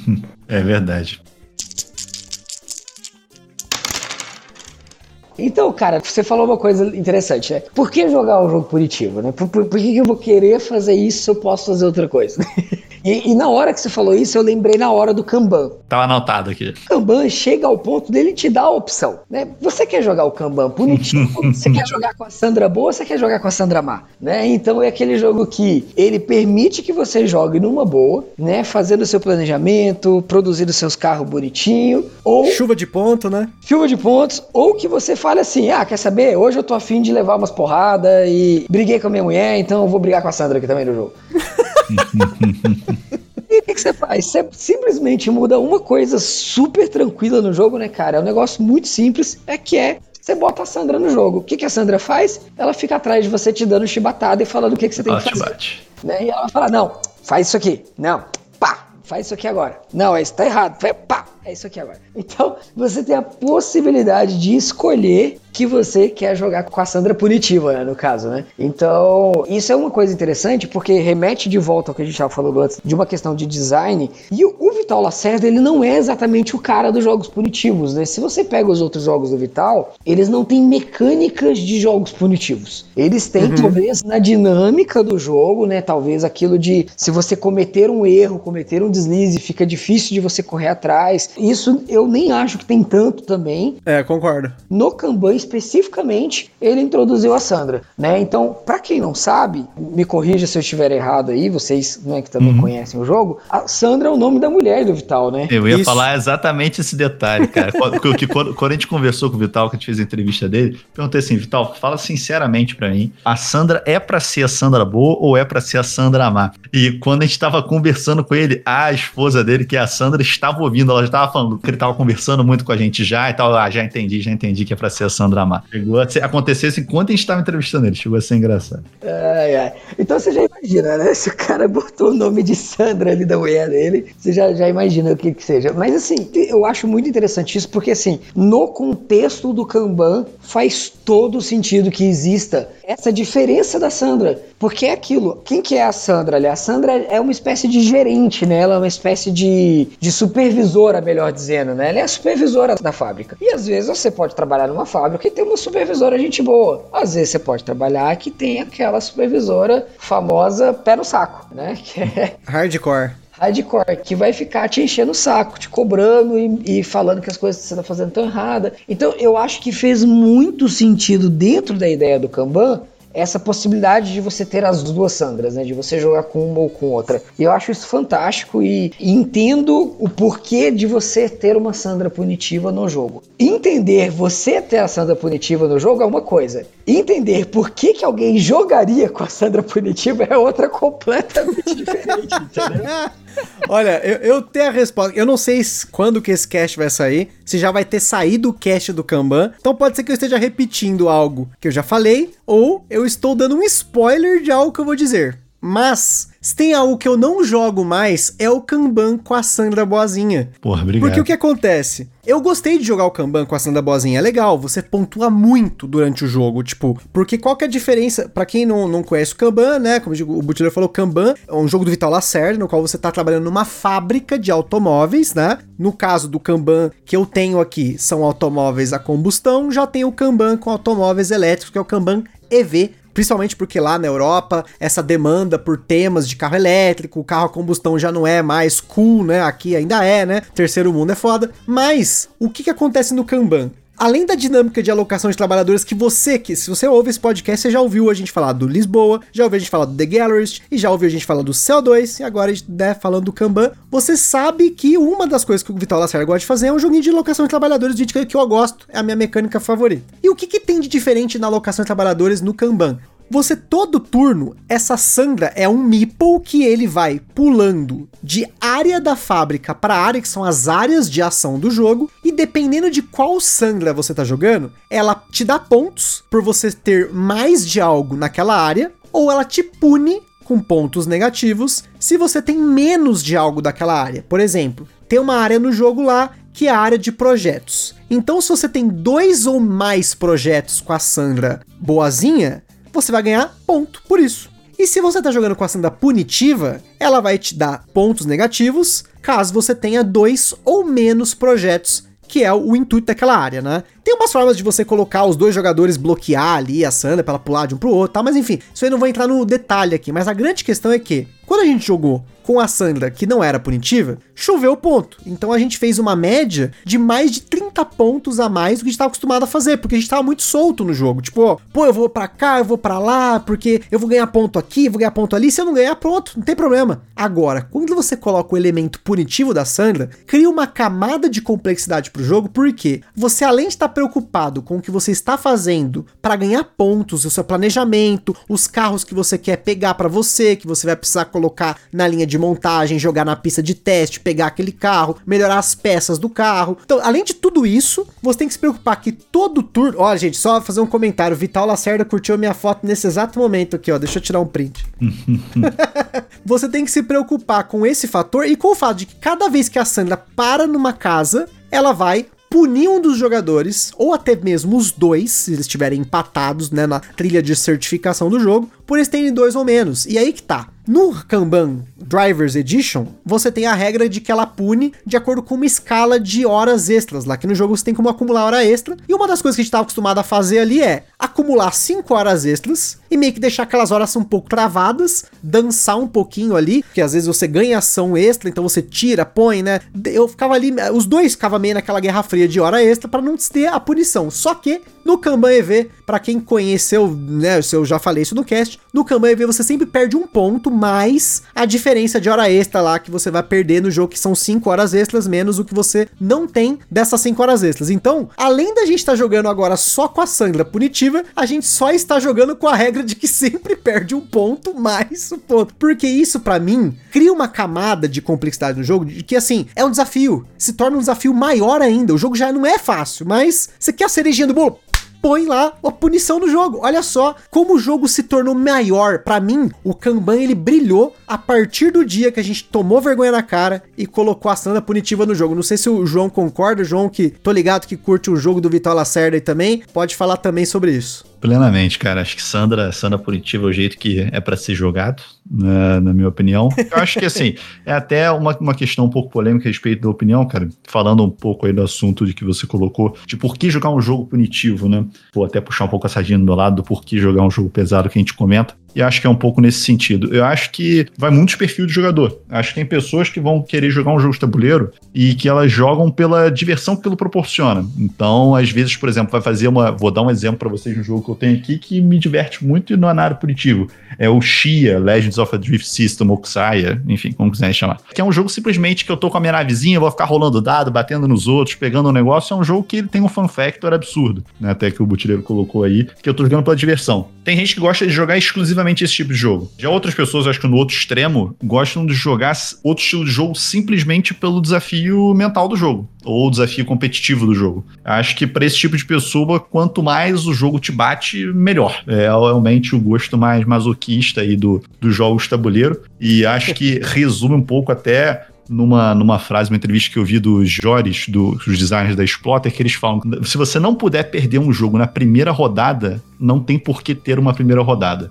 É verdade. Então, cara, você falou uma coisa interessante, né? Por que jogar um jogo punitivo, né? Por, por, por que eu vou querer fazer isso se eu posso fazer outra coisa? E, e na hora que você falou isso, eu lembrei na hora do Kanban. Tava anotado aqui. O Kanban chega ao ponto dele te dar a opção, né? Você quer jogar o Kanban punitivo? Você quer jogar com a Sandra boa ou você quer jogar com a Sandra má? Né? Então é aquele jogo que ele permite que você jogue numa boa, né? Fazendo o seu planejamento, produzindo seus carros bonitinho, ou... Chuva de ponto, né? Chuva de pontos, ou que você fale assim, ah, quer saber? Hoje eu tô afim de levar umas porradas e briguei com a minha mulher, então eu vou brigar com a Sandra aqui também no jogo. E o que, que você faz? Você simplesmente muda uma coisa super tranquila no jogo, né, cara? É um negócio muito simples, é que é você bota a Sandra no jogo. O que, que a Sandra faz? Ela fica atrás de você te dando chibatada e falando o que, que você tem ela que fazer. Né? E ela vai falar, não, faz isso aqui. Não, pá, faz isso aqui agora. Não, isso tá errado. Pá, é isso aqui agora. Então, você tem a possibilidade de escolher que você quer jogar com a Sandra punitiva, né, no caso, né? Então, isso é uma coisa interessante, porque remete de volta ao que a gente estava falando antes, de uma questão de design, e o, o Vital Lacerda, ele não é exatamente o cara dos jogos punitivos, né? Se você pega os outros jogos do Vital, eles não têm mecânicas de jogos punitivos. Eles têm, uhum. talvez, na dinâmica do jogo, né? Talvez aquilo de, se você cometer um erro, cometer um deslize, fica difícil de você correr atrás. Isso eu nem acho que tem tanto também. É, concordo. No Kanban, especificamente, ele introduziu a Sandra, né? Então, pra quem não sabe, me corrija se eu estiver errado aí, vocês, né, que também uhum. conhecem o jogo, a Sandra é o nome da mulher do Vital, né? Eu ia Isso. falar exatamente esse detalhe, cara. quando, que, quando, quando a gente conversou com o Vital, que a gente fez a entrevista dele, perguntei assim, Vital, fala sinceramente pra mim, a Sandra é pra ser a Sandra boa ou é pra ser a Sandra má? E quando a gente tava conversando com ele, a esposa dele, que é a Sandra, estava ouvindo, ela já tava falando que ele tava conversando muito com a gente já e tal, ah, já entendi, já entendi que é pra ser a Sandra má. Chegou a ser, acontecer isso enquanto a gente tava entrevistando ele, chegou a ser engraçado. Ai, ai. Então você já imagina, né? Se o cara botou o nome de Sandra ali da mulher dele, você já, já imagina o que que seja. Mas assim, eu acho muito interessante isso, porque assim, no contexto do Kanban, faz todo sentido que exista essa diferença da Sandra. Porque é aquilo, quem que é a Sandra ali? A Sandra é uma espécie de gerente, né? Ela é uma espécie de, de supervisora, melhor dizendo, né? Ela é a supervisora da fábrica. E às vezes você pode trabalhar numa fábrica e ter uma supervisora gente boa. Às vezes você pode trabalhar que tem aquela supervisora famosa pé no saco, né? Que é hardcore. Hardcore, que vai ficar te enchendo o saco, te cobrando e, e falando que as coisas que você está fazendo estão erradas. Então eu acho que fez muito sentido dentro da ideia do Kanban essa possibilidade de você ter as duas Sandras, né? De você jogar com uma ou com outra. E eu acho isso fantástico e, e entendo o porquê de você ter uma Sandra punitiva no jogo. Entender você ter a Sandra punitiva no jogo é uma coisa. Entender por que, que alguém jogaria com a Sandra punitiva é outra completamente diferente, entendeu? Olha, eu, eu tenho a resposta. Eu não sei quando que esse cast vai sair, se já vai ter saído o cast do Kanban. Então pode ser que eu esteja repetindo algo que eu já falei, ou eu estou dando um spoiler de algo que eu vou dizer. Mas, se tem algo que eu não jogo mais, é o Kanban com a Sandra boazinha. Porra, obrigado. Porque o que acontece? Eu gostei de jogar o Kanban com a Sandra boazinha, é legal, você pontua muito durante o jogo, tipo, porque qual que é a diferença? Pra quem não, não conhece o Kanban, né, como o Butileiro falou, Kanban é um jogo do Vital Lacerda, no qual você tá trabalhando numa fábrica de automóveis, né? No caso do Kanban que eu tenho aqui, são automóveis a combustão, já tem o Kanban com automóveis elétricos, que é o Kanban E V, principalmente porque lá na Europa, essa demanda por temas de carro elétrico, o carro a combustão já não é mais cool, né? Aqui ainda é, né? Terceiro mundo é foda. Mas, o que que acontece no Kanban? Além da dinâmica de alocação de trabalhadores que você, que se você ouve esse podcast, você já ouviu a gente falar do Lisboa, já ouviu a gente falar do The Gallerist, e já ouviu a gente falar do C O dois, e agora a gente, né, falando do Kanban, você sabe que uma das coisas que o Vital Lacerda gosta de fazer é um joguinho de alocação de trabalhadores, de que eu gosto, é a minha mecânica favorita. E o que que tem de diferente na alocação de trabalhadores no Kanban? Você, todo turno, essa Sandra é um meeple que ele vai pulando de área da fábrica para área, que são as áreas de ação do jogo, e dependendo de qual Sandra você tá jogando, ela te dá pontos por você ter mais de algo naquela área, ou ela te pune com pontos negativos se você tem menos de algo daquela área. Por exemplo, tem uma área no jogo lá que é a área de projetos. Então, se você tem dois ou mais projetos com a Sandra boazinha, você vai ganhar ponto por isso. E se você tá jogando com a Sandra punitiva, ela vai te dar pontos negativos caso você tenha dois ou menos projetos, que é o intuito daquela área, né? Tem umas formas de você colocar os dois jogadores, bloquear ali a Sandra pra ela pular de um pro outro, tá? Mas enfim, isso aí não vai entrar no detalhe aqui, mas a grande questão é que, quando a gente jogou com a Sandra, que não era punitiva, choveu o ponto. Então a gente fez uma média de mais de trinta pontos a mais do que a gente estava acostumado a fazer, porque a gente tava muito solto no jogo. Tipo, ó, pô, eu vou pra cá, eu vou pra lá, porque eu vou ganhar ponto aqui, vou ganhar ponto ali. Se eu não ganhar, pronto, não tem problema. Agora, quando você coloca o elemento punitivo da Sandra, cria uma camada de complexidade pro jogo, porque você, além de estar preocupado com o que você está fazendo para ganhar pontos, o seu planejamento, os carros que você quer pegar para você, que você vai precisar colocar na linha de de montagem, jogar na pista de teste, pegar aquele carro, melhorar as peças do carro. Então, além de tudo isso, você tem que se preocupar que todo turno... Olha, gente, só fazer um comentário. Vital Lacerda curtiu a minha foto nesse exato momento aqui, ó. Deixa eu tirar um print. Você tem que se preocupar com esse fator e com o fato de que cada vez que a Sandra para numa casa, ela vai punir um dos jogadores, ou até mesmo os dois, se eles estiverem empatados, né, na trilha de certificação do jogo, por eles terem dois ou menos. E aí que tá. No Kanban Drivers Edition, você tem a regra de que ela pune de acordo com uma escala de horas extras lá, que no jogo você tem como acumular hora extra, e uma das coisas que a gente estava acostumado a fazer ali é acumular cinco horas extras e meio que deixar aquelas horas um pouco travadas, dançar um pouquinho ali, porque às vezes você ganha ação extra, então você tira, põe, né? Eu ficava ali, os dois ficavam meio naquela guerra fria de hora extra para não ter a punição. Só que no Kanban E V, para quem conheceu, né, eu já falei isso no cast, no Kanban E V você sempre perde um ponto, mais a diferença de hora extra lá que você vai perder no jogo, que são cinco horas extras, menos o que você não tem dessas cinco horas extras. Então, além da gente estar tá jogando agora só com a Sandra punitiva, a gente só está jogando com a regra de que sempre perde um ponto mais o ponto. Porque isso, pra mim, cria uma camada de complexidade no jogo, de que, assim, é um desafio. Se torna um desafio maior ainda. O jogo já não é fácil, mas você quer a cerejinha do bolo? Põe lá a punição no jogo. Olha só como o jogo se tornou maior. Pra mim, o Kanban, ele brilhou a partir do dia que a gente tomou vergonha na cara e colocou a Sandra punitiva no jogo. Não sei se o João concorda, João, que tô ligado que curte o jogo do Vital Lacerda aí também, pode falar também sobre isso. Plenamente, cara. Acho que Sandra, Sandra punitiva é o jeito que é pra ser jogado, né, na minha opinião. Eu acho que, assim, é até uma, uma questão um pouco polêmica a respeito da opinião, cara, falando um pouco aí do assunto de que você colocou, de por que jogar um jogo punitivo, né? Vou até puxar um pouco a sardinha do meu lado do porquê jogar um jogo pesado que a gente comenta. E acho que é um pouco nesse sentido. Eu acho que vai muito de perfil do jogador. Acho que tem pessoas que vão querer jogar um jogo de tabuleiro e que elas jogam pela diversão que aquilo proporciona. Então, às vezes, por exemplo, vai fazer uma... Vou dar um exemplo para vocês de um jogo que eu tenho aqui que me diverte muito e não é nada punitivo. É o Xia, Legends of a Drift System, ou Xia, enfim, como quiser chamar. Que é um jogo simplesmente que eu tô com a minha navezinha, vou ficar rolando dado, batendo nos outros, pegando um negócio. É um jogo que ele tem um fun factor absurdo, né? Até que o Butileiro colocou aí, que eu tô jogando pela diversão. Tem gente que gosta de jogar exclusivamente esse tipo de jogo. Já outras pessoas, acho que no outro extremo, gostam de jogar outro estilo de jogo simplesmente pelo desafio mental do jogo, ou desafio competitivo do jogo. Acho que para esse tipo de pessoa, quanto mais o jogo te bate, melhor. É realmente o gosto mais masoquista aí do, dos jogos de tabuleiro, e acho que resume um pouco até numa, numa frase, uma entrevista que eu vi dos Joris, do, dos designers da Exploter, que eles falam que se você não puder perder um jogo na primeira rodada, não tem por que ter uma primeira rodada.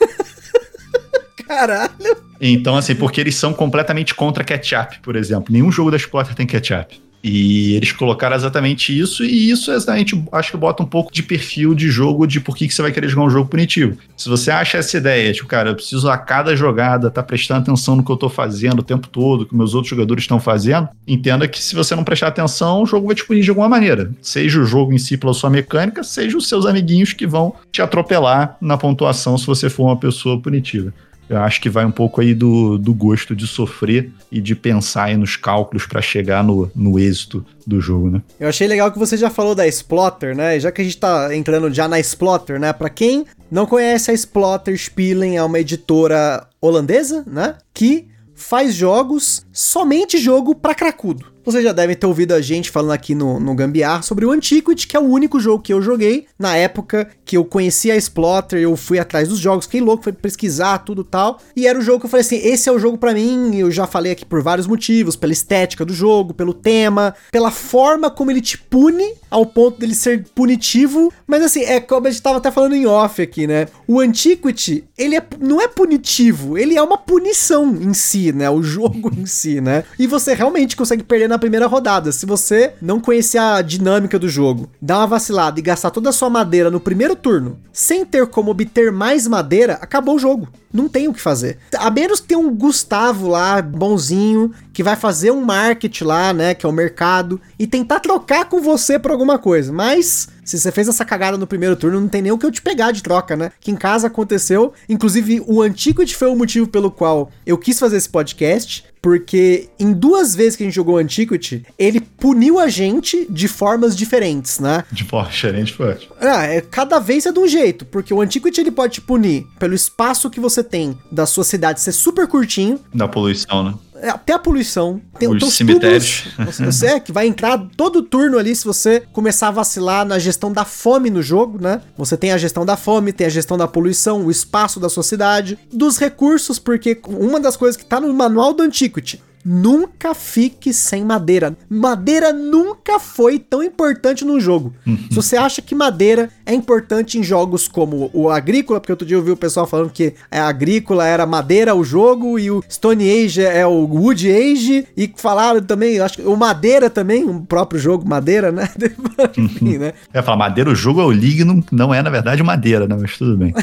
Caralho! Então, assim, porque eles são completamente contra catch-up, por exemplo. Nenhum jogo da Exploter tem catch-up. E eles colocaram exatamente isso, e isso a gente acho que bota um pouco de perfil de jogo de por que, que você vai querer jogar um jogo punitivo. Se você acha essa ideia, tipo, cara, eu preciso a cada jogada estar tá prestando atenção no que eu tô fazendo o tempo todo, que meus outros jogadores estão fazendo, entenda que se você não prestar atenção, o jogo vai te punir de alguma maneira. Seja o jogo em si pela sua mecânica, seja os seus amiguinhos que vão te atropelar na pontuação se você for uma pessoa punitiva. Eu acho que vai um pouco aí do, do gosto de sofrer e de pensar aí nos cálculos para chegar no, no êxito do jogo, né? Eu achei legal que você já falou da Exploter, né? Já que a gente tá entrando já na Exploter, né? Pra quem não conhece, a Exploter Spielen é uma editora holandesa, né? Que faz jogos, somente jogo pra cracudo. Vocês já devem ter ouvido a gente falando aqui no, no Gambiarra sobre o Antiquity, que é o único jogo que eu joguei. Na época que eu conhecia a Exploter, eu fui atrás dos jogos, fiquei louco, fui pesquisar tudo e tal. E era o jogo que eu falei assim, esse é o jogo pra mim. Eu já falei aqui por vários motivos, pela estética do jogo, pelo tema, pela forma como ele te pune, ao ponto dele ser punitivo. Mas assim, é como a gente tava até falando em off aqui, né? O Antiquity, ele é, não é punitivo, ele é uma punição em si, né? O jogo em si, né? E você realmente consegue perder na primeira rodada. Se você não conhecer a dinâmica do jogo, dar uma vacilada e gastar toda a sua madeira no primeiro turno, sem ter como obter mais madeira, acabou o jogo. Não tem o que fazer. A menos que tenha um Gustavo lá, bonzinho, que que vai fazer um market lá, né, que é o mercado, e tentar trocar com você por alguma coisa. Mas se você fez essa cagada no primeiro turno, não tem nem o que eu te pegar de troca, né? Que em casa aconteceu. Inclusive, o Antiquity foi o motivo pelo qual eu quis fazer esse podcast, porque em duas vezes que a gente jogou Antiquity, ele puniu a gente de formas diferentes, né? De forma diferente, foi ótimo. Ah, é, cada vez é de um jeito, porque o Antiquity ele pode te punir pelo espaço que você tem da sua cidade ser super curtinho. Da poluição, né? Até a poluição. Tem os então, cemitérios. Túmulos, você é que vai entrar todo turno ali se você começar a vacilar na gestão da fome no jogo, né? Você tem a gestão da fome, tem a gestão da poluição, o espaço da sua cidade, dos recursos, porque uma das coisas que tá no manual do Antiquity: nunca fique sem madeira. Madeira nunca foi tão importante no jogo. Uhum. Se você acha que madeira é importante em jogos como o Agrícola, porque outro dia eu vi o pessoal falando que a Agrícola era madeira o jogo e o Stone Age é o Wood Age, e falaram também, acho que o Madeira também, o próprio jogo Madeira, né? Enfim, né? Eu ia falar, madeira, o jogo é o Lignum, não é na verdade madeira, né? Mas tudo bem.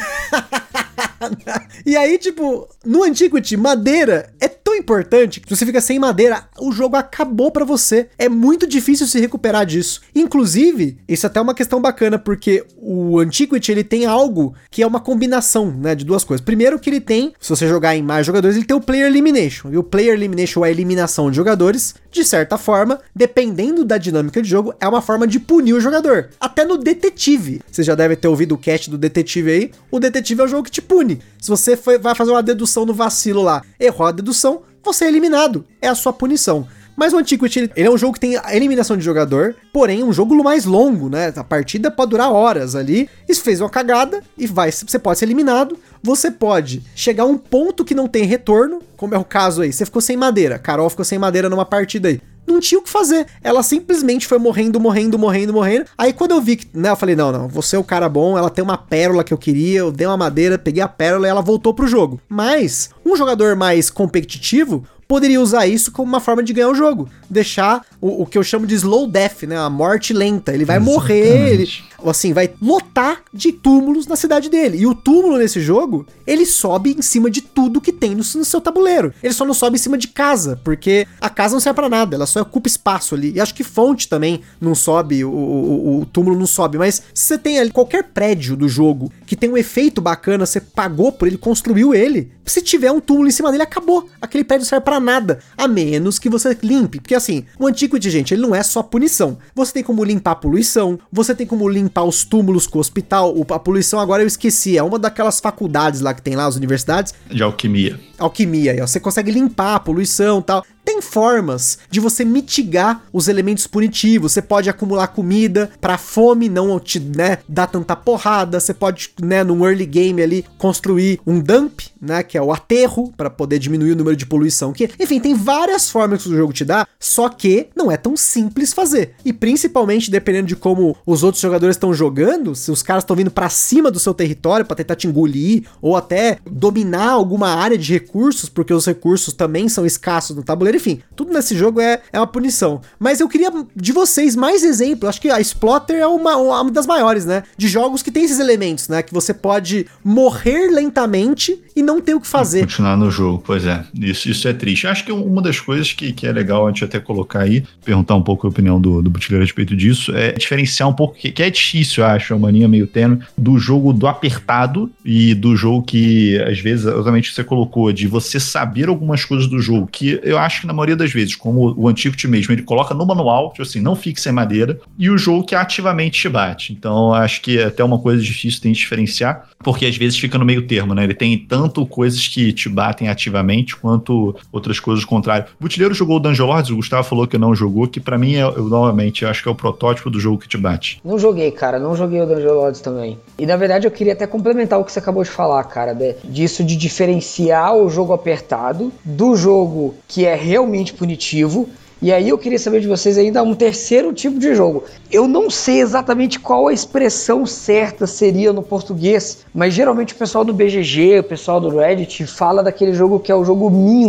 E aí, tipo, no Antiquity, madeira é tão importante que se você fica sem madeira, o jogo acabou pra você. É muito difícil se recuperar disso. Inclusive, isso é até uma questão bacana, porque o Antiquity, ele tem algo que é uma combinação, né, de duas coisas. Primeiro que ele tem, se você jogar em mais jogadores, ele tem o Player Elimination. E o Player Elimination é a eliminação de jogadores, de certa forma, dependendo da dinâmica de jogo, é uma forma de punir o jogador. Até no Detetive. Você já deve ter ouvido o cast do Detetive aí. O Detetive é o jogo que te pune. Se você foi, vai fazer uma dedução no vacilo lá, errou a dedução, você é eliminado. É a sua punição. Mas o Antiquity, ele, ele é um jogo que tem a eliminação de jogador, porém um jogo mais longo, né? A partida pode durar horas ali. E se fez uma cagada e vai, você pode ser eliminado. Você pode chegar a um ponto que não tem retorno, como é o caso aí. Você ficou sem madeira, Carol ficou sem madeira numa partida aí. Não tinha o que fazer. Ela simplesmente foi morrendo, morrendo, morrendo, morrendo. Aí quando eu vi que, né, eu falei, não, não, você é o cara bom, ela tem uma pérola que eu queria, eu dei uma madeira, peguei a pérola e ela voltou pro jogo. Mas um jogador mais competitivo poderia usar isso como uma forma de ganhar o jogo. Deixar o, o que eu chamo de slow death, né? A morte lenta. Ele vai Exatamente. morrer, ele, assim, vai lotar de túmulos na cidade dele. E o túmulo nesse jogo, ele sobe em cima de tudo que tem no, no seu tabuleiro. Ele só não sobe em cima de casa, porque a casa não serve pra nada, ela só ocupa espaço ali. E acho que fonte também não sobe, o, o, o túmulo não sobe. Mas se você tem ali qualquer prédio do jogo que tem um efeito bacana, você pagou por ele, construiu ele, se tiver um túmulo em cima dele, acabou. Aquele prédio não serve pra nada, a menos que você limpe. Porque assim, o Antiquity, gente, ele não é só punição. Você tem como limpar a poluição, você tem como limpar os túmulos com o hospital. A poluição, agora eu esqueci, é uma daquelas faculdades lá que tem lá, as universidades. De alquimia. Alquimia, aí, ó, você consegue limpar a poluição e tal. Tem formas de você mitigar os elementos punitivos. Você pode acumular comida pra fome não te, né, dar tanta porrada. Você pode, né, num early game ali, construir um dump, né, que é o aterro, pra poder diminuir o número de poluição. Que, enfim, tem várias formas que o jogo te dá, só que não é tão simples fazer. E principalmente, dependendo de como os outros jogadores estão jogando, se os caras estão vindo pra cima do seu território pra tentar te engolir, ou até dominar alguma área de recursos, porque os recursos também são escassos no tabuleiro. Enfim, tudo nesse jogo é, é uma punição. Mas eu queria de vocês mais exemplos. Acho que a Splotter é uma, uma das maiores, né? De jogos que tem esses elementos, né? Que você pode morrer lentamente e não ter o que fazer. Continuar no jogo, pois é. Isso, isso é triste. Acho que uma das coisas que, que é legal a gente até colocar aí, perguntar um pouco a opinião do, do Butler a respeito disso, é diferenciar um pouco, que, que é difícil, eu acho, é uma linha meio tênue, do jogo do apertado e do jogo que, às vezes, exatamente você colocou, de você saber algumas coisas do jogo, que eu acho que na maioria das vezes, como o Antiquity mesmo, ele coloca no manual, tipo assim, não fique sem madeira, e o jogo que ativamente te bate. Então, acho que é até uma coisa difícil de diferenciar, porque às vezes fica no meio termo, né? Ele tem tanto coisas que te batem ativamente, quanto outras coisas do contrário. O Butileiro jogou o Dungeon Lords, o Gustavo falou que não jogou, que pra mim, é, eu novamente, eu acho que é o protótipo do jogo que te bate. Não joguei, cara, não joguei o Dungeon Lords também. E, na verdade, eu queria até complementar o que você acabou de falar, cara, de, disso de diferenciar o jogo apertado do jogo que é realmente punitivo. E aí eu queria saber de vocês ainda um terceiro tipo de jogo. Eu não sei exatamente qual a expressão certa seria no português, mas geralmente o pessoal do B G G, o pessoal do Reddit fala daquele jogo que é o jogo mean,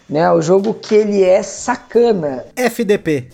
né? O jogo que ele é sacana. F D P.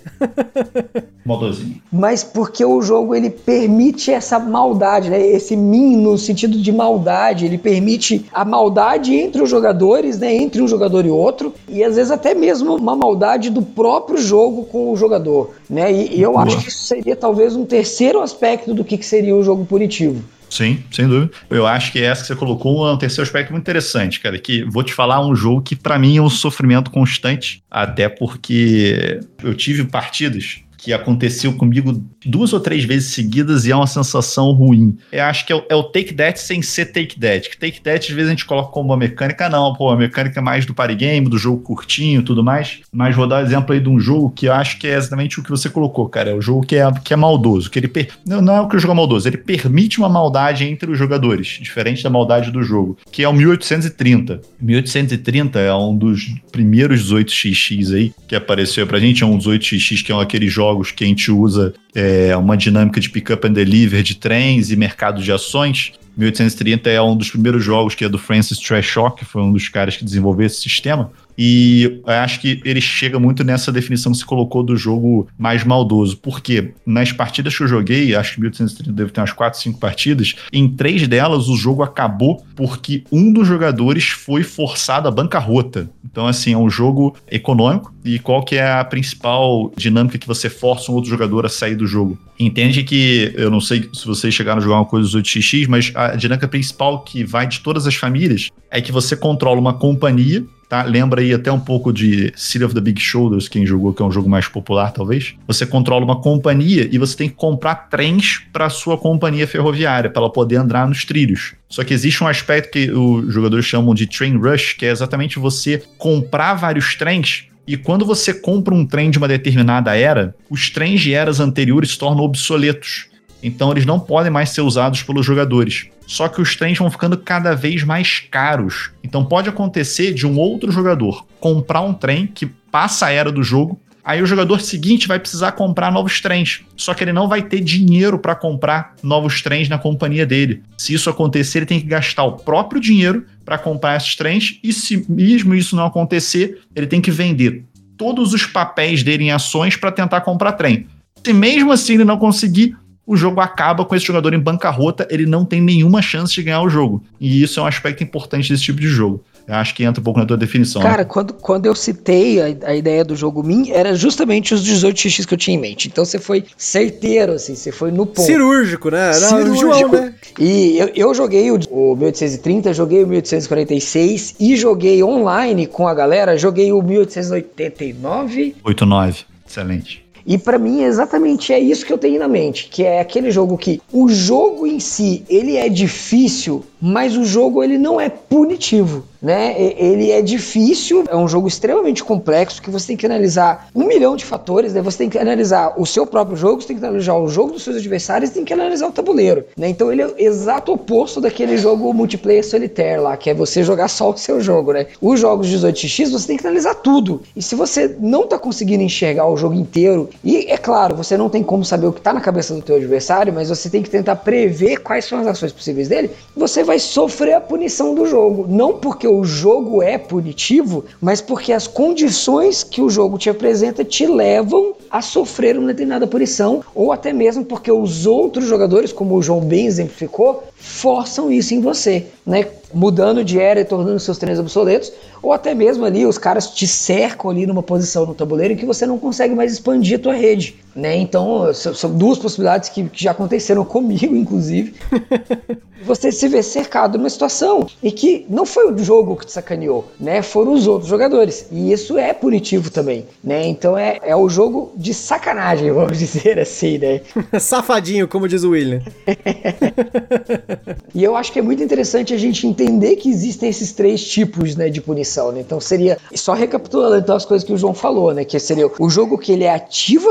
Maldosinho. Mas porque o jogo ele permite essa maldade, né? Esse min no sentido de maldade, ele permite a maldade entre os jogadores, né? Entre um jogador e outro, e às vezes até mesmo uma maldade do próprio jogo com o jogador, né? E, e eu Boa. acho que isso seria talvez um terceiro aspecto do que, que seria um jogo punitivo. Sim, sem dúvida. Eu acho que essa que você colocou é um terceiro aspecto muito interessante, cara, que vou te falar um jogo que pra mim é um sofrimento constante, até porque eu tive partidas que aconteceu comigo duas ou três vezes seguidas e é uma sensação ruim. Eu acho que é o, é o Take That sem ser Take That. Que Take That, às vezes, a gente coloca como uma mecânica. Não, pô, a mecânica é mais do party game, do jogo curtinho e tudo mais. Mas vou dar um exemplo aí de um jogo que eu acho que é exatamente o que você colocou, cara. É o jogo que é, que é maldoso. Que ele per... não, não é o que o jogo é maldoso, ele permite uma maldade entre os jogadores, diferente da maldade do jogo, que é o mil oitocentos e trinta. mil oitocentos e trinta é um dos primeiros dezoito xis xis aí que apareceu pra gente. É um dezoito xis xis que é um aqueles jogos que a gente usa é, uma dinâmica de pick-up and deliver de trens e mercado de ações. mil oitocentos e trinta é um dos primeiros jogos que é do Francis Treshawk, que foi um dos caras que desenvolveu esse sistema. E eu acho que ele chega muito nessa definição que se colocou do jogo mais maldoso. Porque nas partidas que eu joguei, acho que mil oitocentos e trinta deve ter umas quatro, cinco partidas, em três delas o jogo acabou porque um dos jogadores foi forçado à bancarrota. Então, assim, é um jogo econômico. E qual que é a principal dinâmica que você força um outro jogador a sair do jogo? Entende que, eu não sei se vocês chegaram a jogar uma coisa dos oito xis xis, mas a dinâmica principal que vai de todas as famílias é que você controla uma companhia, tá? Lembra aí até um pouco de City of the Big Shoulders, quem jogou, que é um jogo mais popular, talvez. Você controla uma companhia e você tem que comprar trens para a sua companhia ferroviária, para ela poder andar nos trilhos. Só que existe um aspecto que os jogadores chamam de train rush, que é exatamente você comprar vários trens. E quando você compra um trem de uma determinada era, os trens de eras anteriores se tornam obsoletos. Então eles não podem mais ser usados pelos jogadores. Só que os trens vão ficando cada vez mais caros. Então pode acontecer de um outro jogador comprar um trem que passa a era do jogo, aí o jogador seguinte vai precisar comprar novos trens. Só que ele não vai ter dinheiro para comprar novos trens na companhia dele. Se isso acontecer, ele tem que gastar o próprio dinheiro para comprar esses trens. E se mesmo isso não acontecer, ele tem que vender todos os papéis dele em ações para tentar comprar trem. Se mesmo assim ele não conseguir, o jogo acaba com esse jogador em bancarrota, ele não tem nenhuma chance de ganhar o jogo. E isso é um aspecto importante desse tipo de jogo. Eu acho que entra um pouco na tua definição. Cara, né? quando, quando eu citei a, a ideia do jogo Min, era justamente os dezoito xis xis que eu tinha em mente. Então você foi certeiro, assim, você foi no ponto. Cirúrgico, né? Não, Cirúrgico. João, né? E eu, eu joguei o, o mil oitocentos e trinta, joguei o mil oitocentos e quarenta e seis e joguei online com a galera, joguei o mil oitocentos e oitenta e nove. oito nove, excelente. E pra mim exatamente é isso que eu tenho na mente, que é aquele jogo que o jogo em si, ele é difícil, mas o jogo ele não é punitivo, né? Ele é difícil, é um jogo extremamente complexo que você tem que analisar um milhão de fatores, né? Você tem que analisar o seu próprio jogo, você tem que analisar o jogo dos seus adversários, tem que analisar o tabuleiro, né? Então ele é o exato oposto daquele jogo multiplayer solitário lá, que é você jogar só o seu jogo, né? Os jogos dezoito xis xis você tem que analisar tudo, e se você não tá conseguindo enxergar o jogo inteiro, e é claro, você não tem como saber o que tá na cabeça do teu adversário, mas você tem que tentar prever quais são as ações possíveis dele, você vai sofrer a punição do jogo, não porque o jogo é punitivo, mas porque as condições que o jogo te apresenta te levam a sofrer uma determinada punição, ou até mesmo porque os outros jogadores, como o João bem exemplificou, forçam isso em você, né? Mudando de era e tornando seus trens obsoletos, ou até mesmo ali os caras te cercam ali numa posição no tabuleiro em que você não consegue mais expandir a tua rede, né? Então são duas possibilidades que, que já aconteceram comigo, inclusive. Você se vê cercado numa situação e que não foi o jogo que te sacaneou, né? Foram os outros jogadores, e isso é punitivo também, né? Então é, é o jogo de sacanagem, vamos dizer assim, né? Safadinho, como diz o William. E eu acho que é muito interessante a gente entender que existem esses três tipos, né, de punição, né? Então seria, só recapitulando então as coisas que o João falou, né, que seria o jogo que ele é ativamente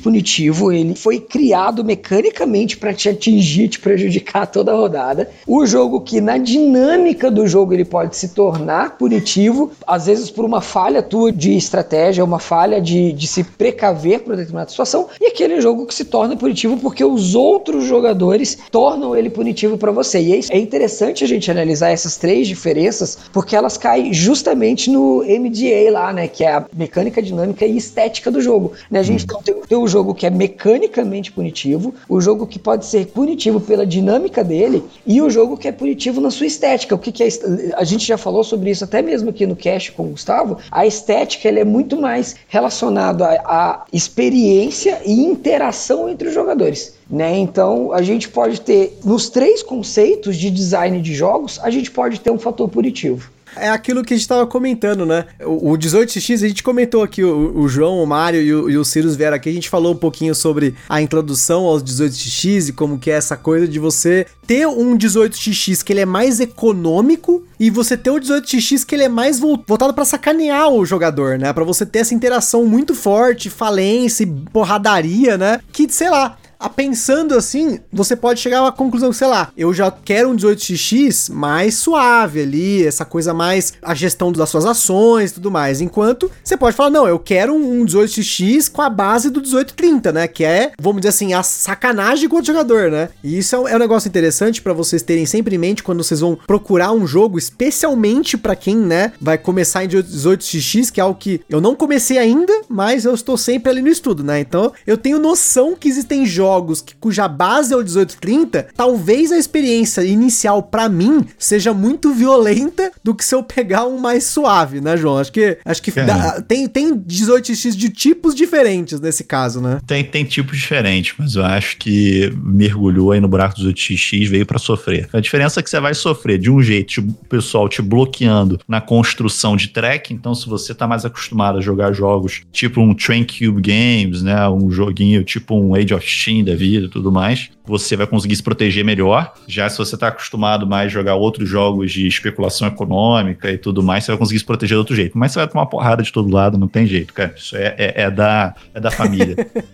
punitivo, ele foi criado mecanicamente para te atingir, te prejudicar toda a rodada. O jogo que na dinâmica do jogo ele pode se tornar punitivo, às vezes por uma falha tua de estratégia, uma falha de, de se precaver para determinada situação, e aquele jogo que se torna punitivo porque os outros jogadores tornam ele punitivo para você. E é interessante a gente analisar essas três diferenças, porque elas caem justamente no M D A lá, né, que é a mecânica, dinâmica e estética do jogo. Né, a gente hum. tem, tem o jogo que é mecanicamente punitivo, o jogo que pode ser punitivo pela dinâmica dele, e o jogo que é punitivo na sua estética. O que, que é, a gente já falou sobre isso até mesmo aqui no cast com o Gustavo. A estética ele é muito mais relacionado à, à experiência e interação entre os jogadores. Né? Então a gente pode ter, nos três conceitos de design de jogos, a gente pode ter um fator punitivo. É aquilo que a gente estava comentando, né? O, o dezoito x, a gente comentou aqui, o, o João, o Mário e o, e o Sirius vieram aqui, a gente falou um pouquinho sobre a introdução aos dezoito x e como que é essa coisa de você ter um dezoito x que ele é mais econômico e você ter o dezoito x que ele é mais voltado pra sacanear o jogador, né? Pra você ter essa interação muito forte, falência e porradaria, né? Que, sei lá... A pensando assim, você pode chegar a uma conclusão, sei lá, eu já quero um dezoito x mais suave ali, essa coisa mais, a gestão das suas ações e tudo mais, enquanto você pode falar, não, eu quero um dezoito x com a base do dezoito trinta, né, que é, vamos dizer assim, a sacanagem com o jogador, né, e isso é um, é um negócio interessante pra vocês terem sempre em mente quando vocês vão procurar um jogo, especialmente pra quem, né, vai começar em dezoito x, que é algo que eu não comecei ainda, mas eu estou sempre ali no estudo, né, então eu tenho noção que existem jogos jogos que, cuja base é o dezoito trinta, talvez a experiência inicial pra mim seja muito violenta do que se eu pegar um mais suave, né, João? Acho que, acho que é. dá, tem, tem dezoito x de tipos diferentes nesse caso, né? Tem, tem tipos diferentes, mas eu acho que mergulhou aí no buraco do dezoito x, veio pra sofrer. A diferença é que você vai sofrer de um jeito, o pessoal te bloqueando na construção de track, então se você tá mais acostumado a jogar jogos tipo um Train Cube Games, né, um joguinho tipo um Age of Steam da vida e tudo mais, você vai conseguir se proteger melhor. Já se você está acostumado mais a jogar outros jogos de especulação econômica e tudo mais, você vai conseguir se proteger de outro jeito. Mas você vai tomar porrada de todo lado, não tem jeito, cara. Isso é, é, é, da, é da família.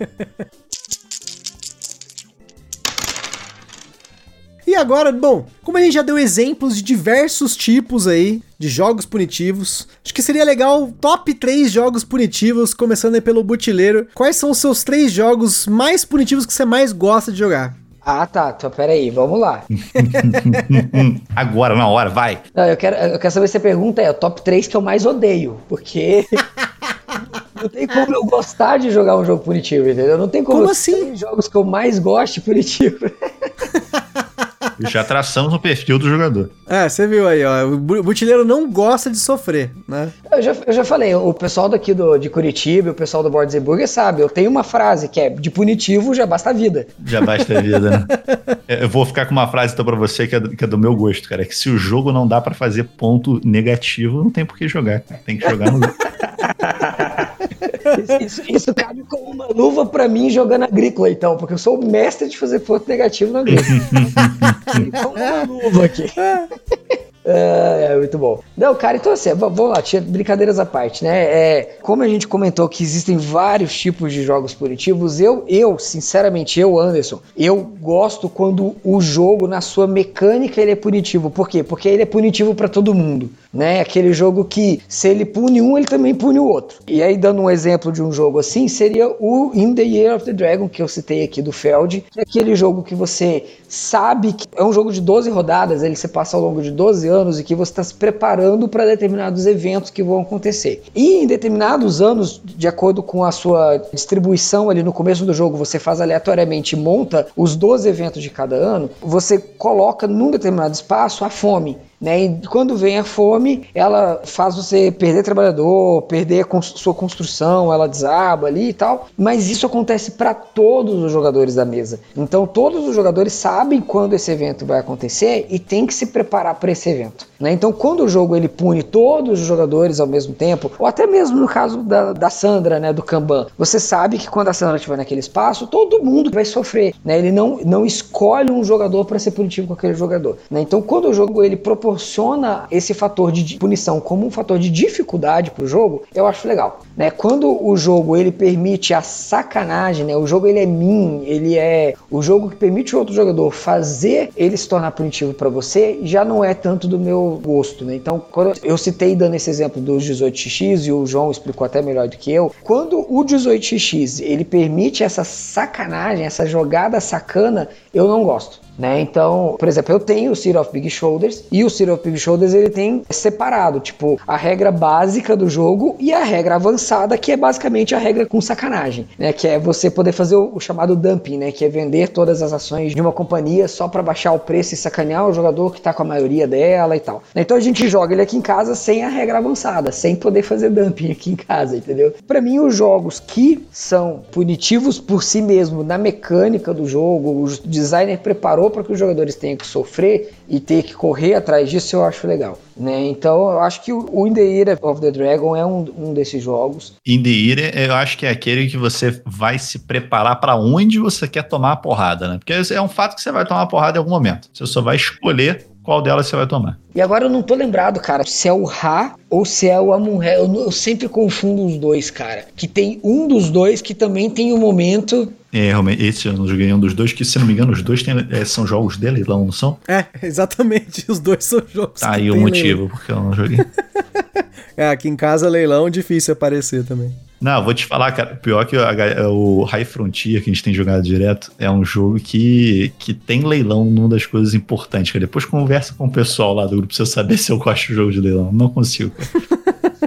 E agora, bom, como a gente já deu exemplos de diversos tipos aí de jogos punitivos, acho que seria legal top três jogos punitivos, começando aí pelo Butileiro. Quais são os seus três jogos mais punitivos que você mais gosta de jogar? Ah, tá. Então, peraí, vamos lá. Agora, na hora, vai. Não, eu quero, eu quero saber se a pergunta é o top três que eu mais odeio, porque... Não tem como eu gostar de jogar um jogo punitivo, entendeu? Não tem como, como eu assim? ter jogos que eu mais gosto de punitivo. Já traçamos o perfil do jogador. É, você viu aí, ó. O Butileiro não gosta de sofrer, né? Eu já, eu já falei, o pessoal daqui do, de Curitiba, o pessoal do Boards and Burgers sabe, eu tenho uma frase que é, de punitivo já basta a vida. Já basta a vida, né? Eu vou ficar com uma frase então pra você que é, do, que é do meu gosto, cara. É que se o jogo não dá pra fazer ponto negativo, não tem por que jogar, cara. Tem que jogar no... Isso, isso, isso cabe como uma luva pra mim jogando agrícola, então, porque eu sou o mestre de fazer ponto negativo no agrícola. Então, uma luva aqui. É, é, muito bom. Não, cara, então assim, vamos lá, tinha brincadeiras à parte, né? É, como a gente comentou que existem vários tipos de jogos punitivos, eu, eu, sinceramente, eu, Anderson, eu gosto quando o jogo, na sua mecânica, ele é punitivo. Por quê? Porque ele é punitivo pra todo mundo, né? Aquele jogo que, se ele pune um, ele também pune o outro. E aí, dando um exemplo de um jogo assim, seria o In the Year of the Dragon, que eu citei aqui do Feld, que é aquele jogo que você sabe que é um jogo de doze rodadas, ele se passa ao longo de doze anos, e que você está se preparando para determinados eventos que vão acontecer. E em determinados anos, de acordo com a sua distribuição ali no começo do jogo, você faz aleatoriamente, monta os doze eventos de cada ano, você coloca num determinado espaço a fome. Né? E quando vem a fome, ela faz você perder trabalhador, perder a cons- sua construção, ela desaba ali e tal, mas isso acontece para todos os jogadores da mesa. Então todos os jogadores sabem quando esse evento vai acontecer e tem que se preparar para esse evento. Né? Então quando o jogo ele pune todos os jogadores ao mesmo tempo, ou até mesmo no caso da, da Sandra, né, do Kanban, você sabe que quando a Sandra estiver naquele espaço, todo mundo vai sofrer. Né? Ele não, não escolhe um jogador para ser punitivo com aquele jogador. Né? Então quando o jogo ele propõe proporciona esse fator de punição como um fator de dificuldade pro jogo, eu acho legal, né? Quando o jogo ele permite a sacanagem, né? O jogo ele é mean, ele é o jogo que permite o outro jogador fazer ele se tornar punitivo para você, já não é tanto do meu gosto, né? Então, quando eu citei dando esse exemplo dos dezoito x e o João explicou até melhor do que eu, quando o dezoito x ele permite essa sacanagem, essa jogada sacana, eu não gosto. Né? Então, por exemplo, eu tenho o City of Big Shoulders e o City of Big Shoulders ele tem separado, tipo, a regra básica do jogo e a regra avançada, que é basicamente a regra com sacanagem, né? Que é você poder fazer o, o chamado dumping, né? Que é vender todas as ações de uma companhia só para baixar o preço e sacanear o jogador que tá com a maioria dela e tal. Então a gente joga ele aqui em casa sem a regra avançada, sem poder fazer dumping aqui em casa, entendeu? Para mim, os jogos que são punitivos por si mesmo, na mecânica do jogo, o designer preparou para que os jogadores tenham que sofrer e ter que correr atrás disso, eu acho legal, né? Então eu acho que o In the Ear of the Dragon é um, um desses jogos. In the Ear, eu acho que é aquele que você vai se preparar para onde você quer tomar a porrada, né? Porque é um fato que você vai tomar a porrada em algum momento. Você só vai escolher qual delas você vai tomar. E agora eu não tô lembrado, cara, se é o Ra ou se é o Amun-Re. Eu, eu sempre confundo os dois, cara. Que tem um dos dois que também tem um momento... É, realmente, esse eu não joguei nenhum dos dois, que se não me engano, os dois tem, é, são jogos de leilão, não são? É, exatamente, os dois são jogos. Tá aí o motivo, leilão. Porque eu não joguei. É, aqui em casa, leilão, difícil aparecer também. Não, vou te falar, cara, pior que a, o High Frontier, que a gente tem jogado direto, é um jogo que, que tem leilão numa das coisas importantes, cara. Depois conversa com o pessoal lá do grupo pra você saber se eu gosto do jogo de leilão. Não consigo, cara.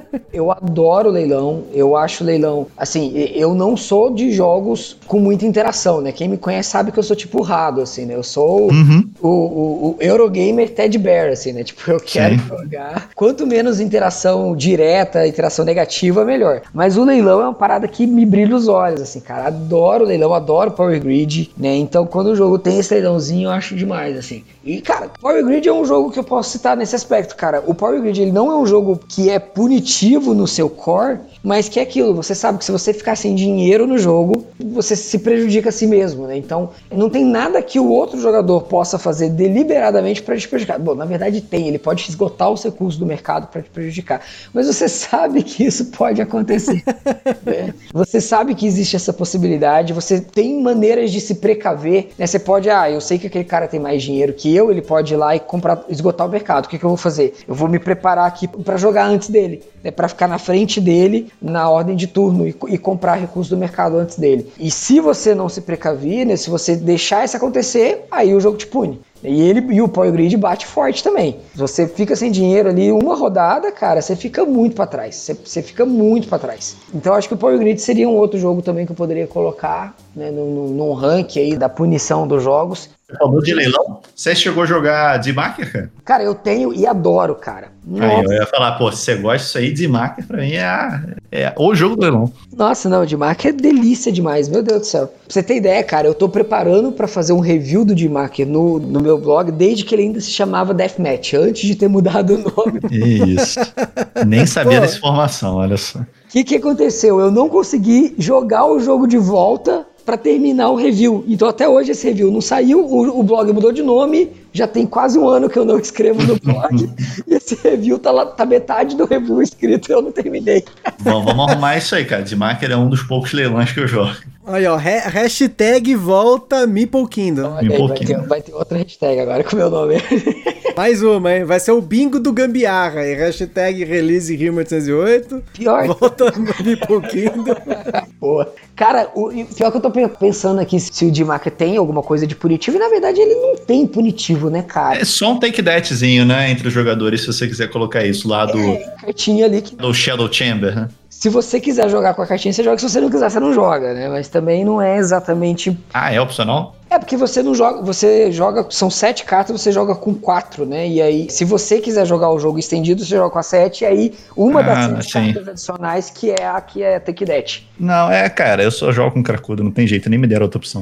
Eu adoro leilão, eu acho leilão, assim, eu não sou de jogos com muita interação, né? Quem me conhece sabe que eu sou tipo rado, assim, né? Eu sou uhum. o, o, o Eurogamer Ted Bear, assim, né? Tipo, eu quero Sim. jogar. Quanto menos interação direta, interação negativa, melhor. Mas o leilão é uma parada que me brilha os olhos, assim, cara. Adoro leilão, adoro Power Grid, né? Então, quando o jogo tem esse leilãozinho, eu acho demais, assim. E, cara, Power Grid é um jogo que eu posso citar nesse aspecto, cara. O Power Grid, ele não é um jogo que é punitivo no seu core, mas que é aquilo, você sabe que se você ficar sem dinheiro no jogo, você se prejudica a si mesmo, né? Então, não tem nada que o outro jogador possa fazer deliberadamente para te prejudicar. Bom, na verdade tem, ele pode esgotar os recursos do mercado para te prejudicar, mas você sabe que isso pode acontecer, né? Você sabe que existe essa possibilidade, você tem maneiras de se precaver, né? Você pode, ah, eu sei que aquele cara tem mais dinheiro que eu, ele pode ir lá e comprar, esgotar o mercado. O que, que eu vou fazer? Eu vou me preparar aqui para jogar antes dele, né? Para ficar na frente dele na ordem de turno e, e comprar recursos do mercado antes dele. E se você não se precaver, né, se você deixar isso acontecer, aí o jogo te pune. E ele e o Power Grid bate forte também. Se você fica sem dinheiro ali uma rodada, cara, você fica muito pra trás. Você, você fica muito pra trás. Então acho que o Power Grid seria um outro jogo também que eu poderia colocar, né, num, num ranking aí da punição dos jogos. Você falou de leilão? Você chegou a jogar D-Marker, cara? Cara, eu tenho e adoro, cara. Aí eu ia falar, pô, se você gosta disso aí, D-Marker pra mim é, é o jogo do leilão. Nossa, não, D-Marker é delícia demais, meu Deus do céu. Pra você ter ideia, cara, eu tô preparando pra fazer um review do D-Marker no, no meu blog desde que ele ainda se chamava Deathmatch, antes de ter mudado o nome. Isso. Nem sabia pô, dessa informação, olha só. O que que aconteceu? Eu não consegui jogar o jogo de volta para terminar o review. Então até hoje esse review não saiu, o, o blog mudou de nome, já tem quase um ano que eu não escrevo no blog, e esse review tá, lá, tá metade do review escrito e eu não terminei. Bom, vamos arrumar isso aí, cara. D-Marker é um dos poucos leilões que eu jogo. Aí, ó, hashtag volta Meeple Kingdom. Aí, vai, ter, vai ter outra hashtag agora com o meu nome. Mais uma, hein? Vai ser o bingo do Gambiarra. Aí, hashtag release Rio oitocentos e oito. Pior. Volta Meeple Kingdom. Boa. Cara, o pior que eu tô pensando aqui se o D-Marker tem alguma coisa de punitivo, e na verdade ele não tem punitivo, né, cara? É só um take thatzinho, né, entre os jogadores, se você quiser colocar isso lá do... É, cartinha ali que... do Shadow Chamber, né? Se você quiser jogar com a cartinha, você joga. Se você não quiser, você não joga, né? Mas também não é exatamente... Ah, é opcional? É, porque você não joga... Você joga... São sete cartas, você joga com quatro, né? E aí, se você quiser jogar o jogo estendido, você joga com a sete. E aí, uma ah, das sete cartas adicionais, que é a que é Take That. Não, é, cara, eu só jogo com cracudo. Não tem jeito, nem me deram outra opção.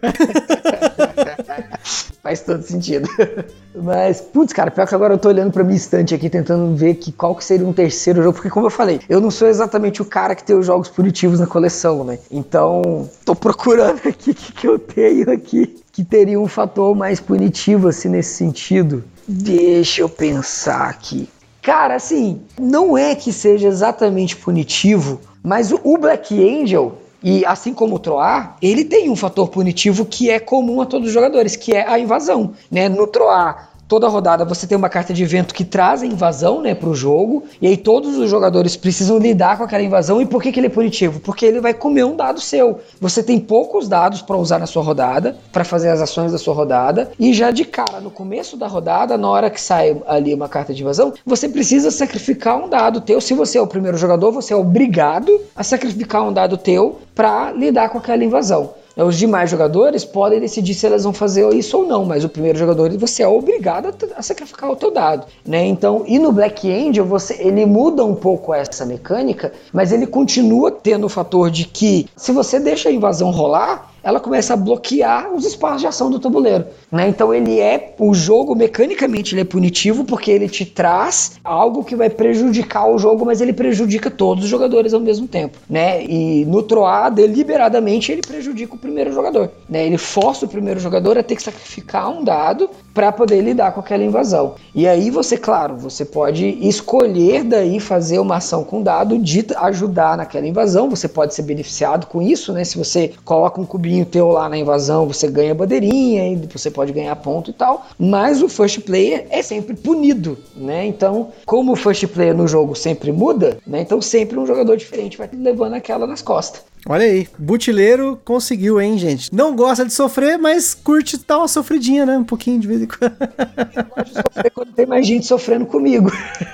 Faz todo sentido. Mas, putz, cara, pior que agora eu tô olhando pra minha estante aqui, tentando ver que, qual que seria um terceiro jogo, porque como eu falei, eu não sou exatamente o cara que tem os jogos punitivos na coleção, né? Então, tô procurando aqui o que, que eu tenho aqui que teria um fator mais punitivo, assim, nesse sentido. Deixa eu pensar aqui. Cara, assim, não é que seja exatamente punitivo, mas o Black Angel, e assim como o Troar, ele tem um fator punitivo que é comum a todos os jogadores, que é a invasão, né? No Troar, toda rodada você tem uma carta de evento que traz a invasão, né, pro jogo, e aí todos os jogadores precisam lidar com aquela invasão. E por que que ele é punitivo? Porque ele vai comer um dado seu. Você tem poucos dados para usar na sua rodada, para fazer as ações da sua rodada, e já de cara, no começo da rodada, na hora que sai ali uma carta de invasão, você precisa sacrificar um dado teu. Se você é o primeiro jogador, você é obrigado a sacrificar um dado teu para lidar com aquela invasão. Os demais jogadores podem decidir se elas vão fazer isso ou não, mas o primeiro jogador você é obrigado a, a sacrificar o teu dado, né? Então, e no Black Angel você, ele muda um pouco essa mecânica, mas ele continua tendo o fator de que se você deixa a invasão rolar, ela começa a bloquear os espaços de ação do tabuleiro, né? Então ele é, o jogo mecanicamente ele é punitivo porque ele te traz algo que vai prejudicar o jogo, mas ele prejudica todos os jogadores ao mesmo tempo, né? E no Troar, deliberadamente, ele prejudica o primeiro jogador, né? Ele força o primeiro jogador a ter que sacrificar um dado para poder lidar com aquela invasão. E aí você, claro, você pode escolher daí fazer uma ação com dado de ajudar naquela invasão, você pode ser beneficiado com isso, né? Se você coloca um cubinho teu lá na invasão, você ganha bandeirinha, e você pode ganhar ponto e tal, mas o first player é sempre punido, né? Então, como o first player no jogo sempre muda, né? Então sempre um jogador diferente vai levando aquela nas costas. Olha aí, Butileiro conseguiu, hein, gente? Não gosta de sofrer, mas curte dar uma sofridinha, né? Um pouquinho de vez em quando. Eu gosto de sofrer quando tem mais gente sofrendo comigo.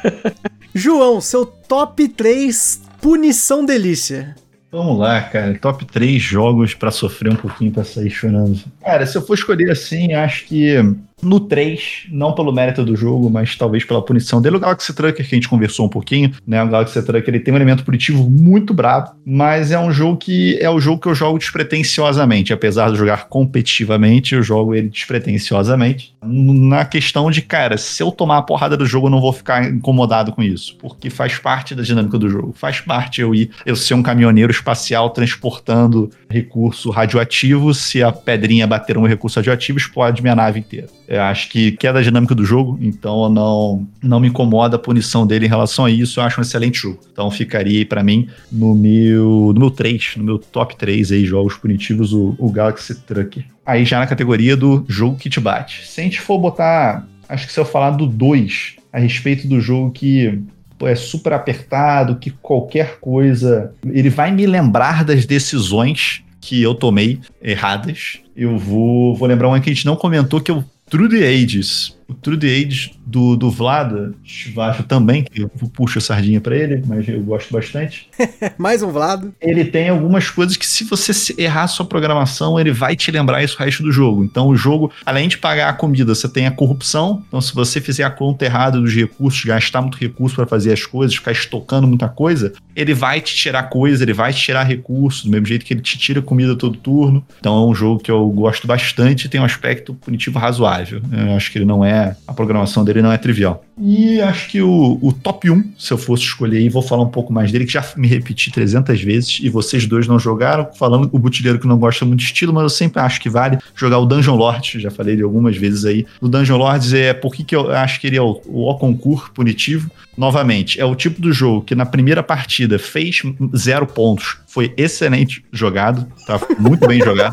João, seu top três punição delícia. Vamos lá, cara. Top três jogos pra sofrer um pouquinho, pra sair chorando. Cara, se eu for escolher assim, acho que no três, não pelo mérito do jogo, mas talvez pela punição dele, o Galaxy Trucker, que a gente conversou um pouquinho, né? O Galaxy Trucker, ele tem um elemento punitivo muito brabo, mas é um jogo que é o jogo que eu jogo despretensiosamente. Apesar de jogar competitivamente, eu jogo ele despretensiosamente. Na questão de, cara, se eu tomar a porrada do jogo, eu não vou ficar incomodado com isso, porque faz parte da dinâmica do jogo. Faz parte eu ir, eu ser um caminhoneiro espacial transportando recurso radioativo. Se a pedrinha bater um recurso radioativo, explode minha nave inteira. Eu acho que, que é da dinâmica do jogo, então não, não me incomoda a punição dele em relação a isso. Eu acho um excelente jogo. Então ficaria aí pra mim no meu, no meu três, no meu top três aí, jogos punitivos, o, o Galaxy Trucker. Aí já na categoria do jogo que te bate. Se a gente for botar, acho que se eu falar do dois, a respeito do jogo que é super apertado, que qualquer coisa, ele vai me lembrar das decisões que eu tomei erradas. Eu vou, vou lembrar um que a gente não comentou, que é o Through the Ages. O Through the Ages do, do Vlada Chvacho também, que eu puxo a sardinha pra ele, mas eu gosto bastante. Mais um Vlado. Ele tem algumas coisas que, se você errar a sua programação, ele vai te lembrar isso o resto do jogo. Então o jogo, além de pagar a comida, você tem a corrupção. Então se você fizer a conta errada dos recursos, gastar muito recurso para fazer as coisas, ficar estocando muita coisa, ele vai te tirar coisa, ele vai te tirar recursos, do mesmo jeito que ele te tira comida todo turno. Então é um jogo que eu gosto bastante e tem um aspecto punitivo razoável. Eu acho que ele não é, a programação dele não é trivial. E acho que o, o top um, se eu fosse escolher, e vou falar um pouco mais dele, que já me repeti trezentas vezes, e vocês dois não jogaram, falando o Butileiro que não gosta muito de estilo, mas eu sempre acho que vale jogar o Dungeon Lords, já falei de algumas vezes aí. O Dungeon Lords é por que eu acho que ele é o, o concurso punitivo. Novamente, é o tipo do jogo que na primeira partida fez zero pontos, foi excelente jogado, tá muito bem jogado.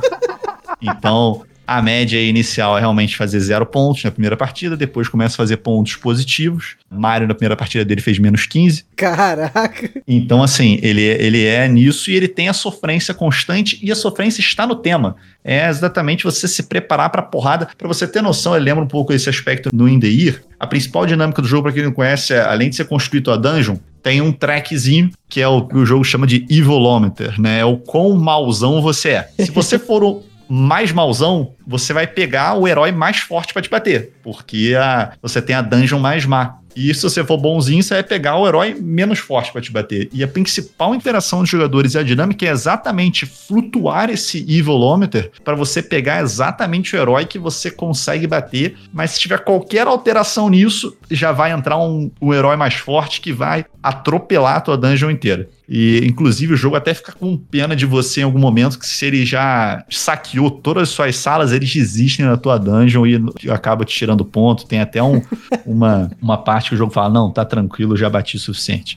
Então, a média inicial é realmente fazer zero pontos na primeira partida, depois começa a fazer pontos positivos. Mario, na primeira partida dele, fez menos quinze. Caraca! Então, assim, ele, ele é nisso e ele tem a sofrência constante, e a sofrência está no tema. É exatamente você se preparar para porrada. Para você ter noção, ele lembra um pouco esse aspecto no In The Year. A principal dinâmica do jogo, para quem não conhece, é, além de você construir tua dungeon, tem um trackzinho que é o que o jogo chama de Evilometer, né? É o quão mauzão você é. Se você for o mais mauzão, você vai pegar o herói mais forte pra te bater, porque a, você tem a dungeon mais má. E se você for bonzinho, você vai pegar o herói menos forte pra te bater. E a principal interação dos jogadores e a dinâmica é exatamente flutuar esse Evilometer pra você pegar exatamente o herói que você consegue bater, mas se tiver qualquer alteração nisso, já vai entrar um, um herói mais forte que vai atropelar a tua dungeon inteira. E, inclusive, o jogo até fica com pena de você em algum momento, que se ele já saqueou todas as suas salas, eles desistem da tua dungeon e acaba te tirando ponto. Tem até um, uma, uma parte que o jogo fala, não, tá tranquilo, já bati o suficiente.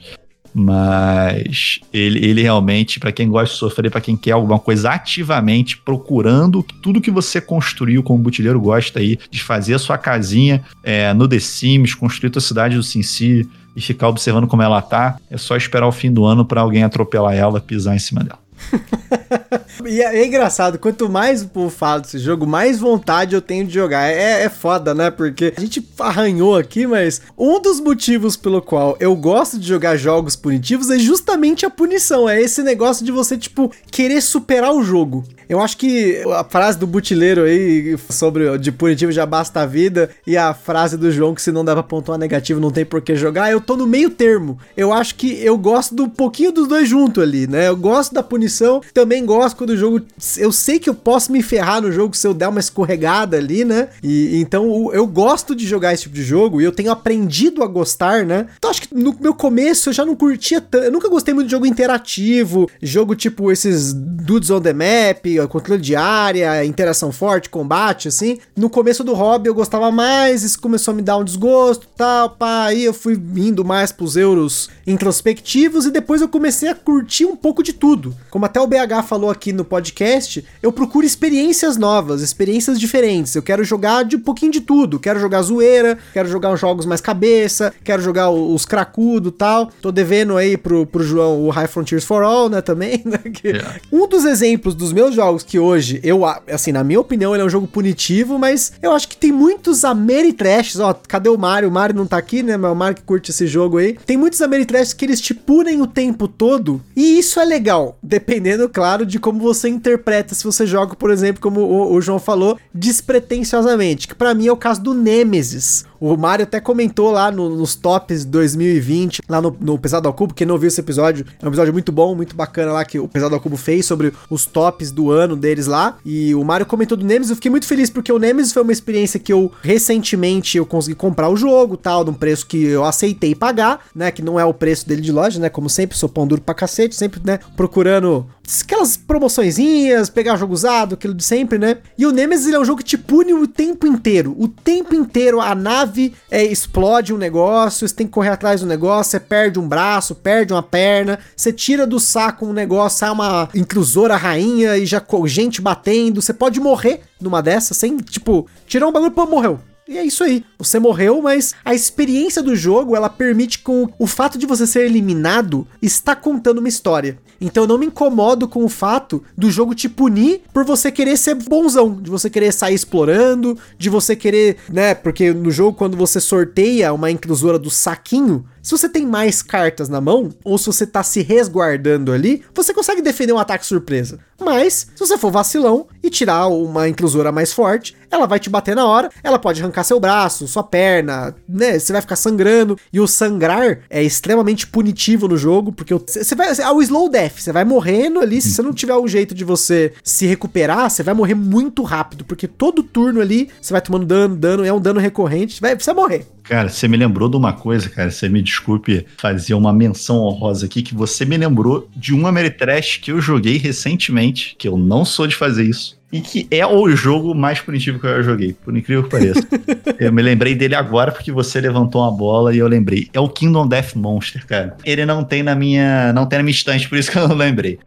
Mas ele, ele realmente, pra quem gosta de sofrer, pra quem quer alguma coisa ativamente, procurando tudo que você construiu como botilheiro gosta aí, de fazer a sua casinha é, no The Sims, construir a cidade do SimCity e ficar observando como ela tá, é só esperar o fim do ano pra alguém atropelar ela, pisar em cima dela. E é, é engraçado, quanto mais o povo fala desse jogo, mais vontade eu tenho de jogar. É, é foda, né? Porque a gente arranhou aqui, mas um dos motivos pelo qual eu gosto de jogar jogos punitivos é justamente a punição. É esse negócio de você, tipo, querer superar o jogo. Eu acho que a frase do Butileiro aí sobre de punitivo já basta a vida e a frase do João que se não dá pra pontuar negativo não tem por que jogar, eu tô no meio termo. Eu acho que eu gosto do pouquinho dos dois junto ali, né? Eu gosto da punição, também gosto quando o jogo... Eu sei que eu posso me ferrar no jogo se eu der uma escorregada ali, né? E então eu gosto de jogar esse tipo de jogo e eu tenho aprendido a gostar, né? Então acho que no meu começo eu já não curtia tanto... Eu nunca gostei muito de jogo interativo, jogo tipo esses Dudes on the Map, controle de área, interação forte, combate, assim. No começo do hobby eu gostava mais, isso começou a me dar um desgosto, tal, pá, aí eu fui indo mais pros euros introspectivos e depois eu comecei a curtir um pouco de tudo. Como até o B H falou aqui no podcast, eu procuro experiências novas, experiências diferentes. Eu quero jogar de um pouquinho de tudo. Quero jogar zoeira, quero jogar uns jogos mais cabeça, quero jogar os cracudo e tal. Tô devendo aí pro, pro João o High Frontiers for All, né, também, né? Que yeah. Um dos exemplos dos meus jogos que hoje, eu, assim, na minha opinião, ele é um jogo punitivo, mas eu acho que tem muitos Ameritrashes, ó, cadê o Mario? O Mario não tá aqui, né, mas o Mario que curte esse jogo aí. Tem muitos Ameritrashes que eles te punem o tempo todo, e isso é legal, dependendo, claro, de como você interpreta, se você joga, por exemplo, como o, o João falou, despretensiosamente, que pra mim é o caso do Nemesis. O Mario até comentou lá no, nos tops dois mil e vinte, lá no, no Pesado ao Cubo, quem não viu esse episódio, é um episódio muito bom, muito bacana lá, que o Pesado ao Cubo fez sobre os tops do ano deles lá, e o Mario comentou do Nemesis, eu fiquei muito feliz, porque o Nemesis foi uma experiência que eu, recentemente, eu consegui comprar o jogo, tal, num preço que eu aceitei pagar, né, que não é o preço dele de loja, né, como sempre, sou pão duro pra cacete, sempre, né, procurando aquelas promoçõezinhas, pegar jogo usado, aquilo de sempre, né, e o Nemesis, ele é um jogo que te pune o tempo inteiro, o tempo inteiro, a nave É, explode um negócio, você tem que correr atrás do negócio, você perde um braço, perde uma perna, você tira do saco um negócio, sai uma inclusora rainha e já gente batendo, você pode morrer numa dessas, sem, tipo, tirar um bagulho, pô, morreu. E é isso aí, você morreu, mas a experiência do jogo, ela permite com o fato de você ser eliminado, está contando uma história. Então eu não me incomodo com o fato do jogo te punir por você querer ser bonzão, de você querer sair explorando, de você querer, né, porque no jogo quando você sorteia uma inclusora do saquinho, se você tem mais cartas na mão, ou se você tá se resguardando ali, você consegue defender um ataque surpresa. Mas, se você for vacilão e tirar uma inclusora mais forte, ela vai te bater na hora, ela pode arrancar seu braço, sua perna, né, você vai ficar sangrando, e o sangrar é extremamente punitivo no jogo, porque você vai, é o slow death, você vai morrendo ali, se você não tiver um jeito de você se recuperar, você vai morrer muito rápido, porque todo turno ali, você vai tomando dano, dano, é um dano recorrente, vai, você vai morrer. Cara, você me lembrou de uma coisa, cara, você me desculpe fazer uma menção honrosa aqui, que você me lembrou de um Ameritrash que eu joguei recentemente, que eu não sou de fazer isso, e que é o jogo mais punitivo que eu já joguei, por incrível que pareça. Eu me lembrei dele agora porque você levantou uma bola e eu lembrei. É o Kingdom Death Monster, cara. Ele não tem na minha, não tem na minha estante, por isso que eu não lembrei.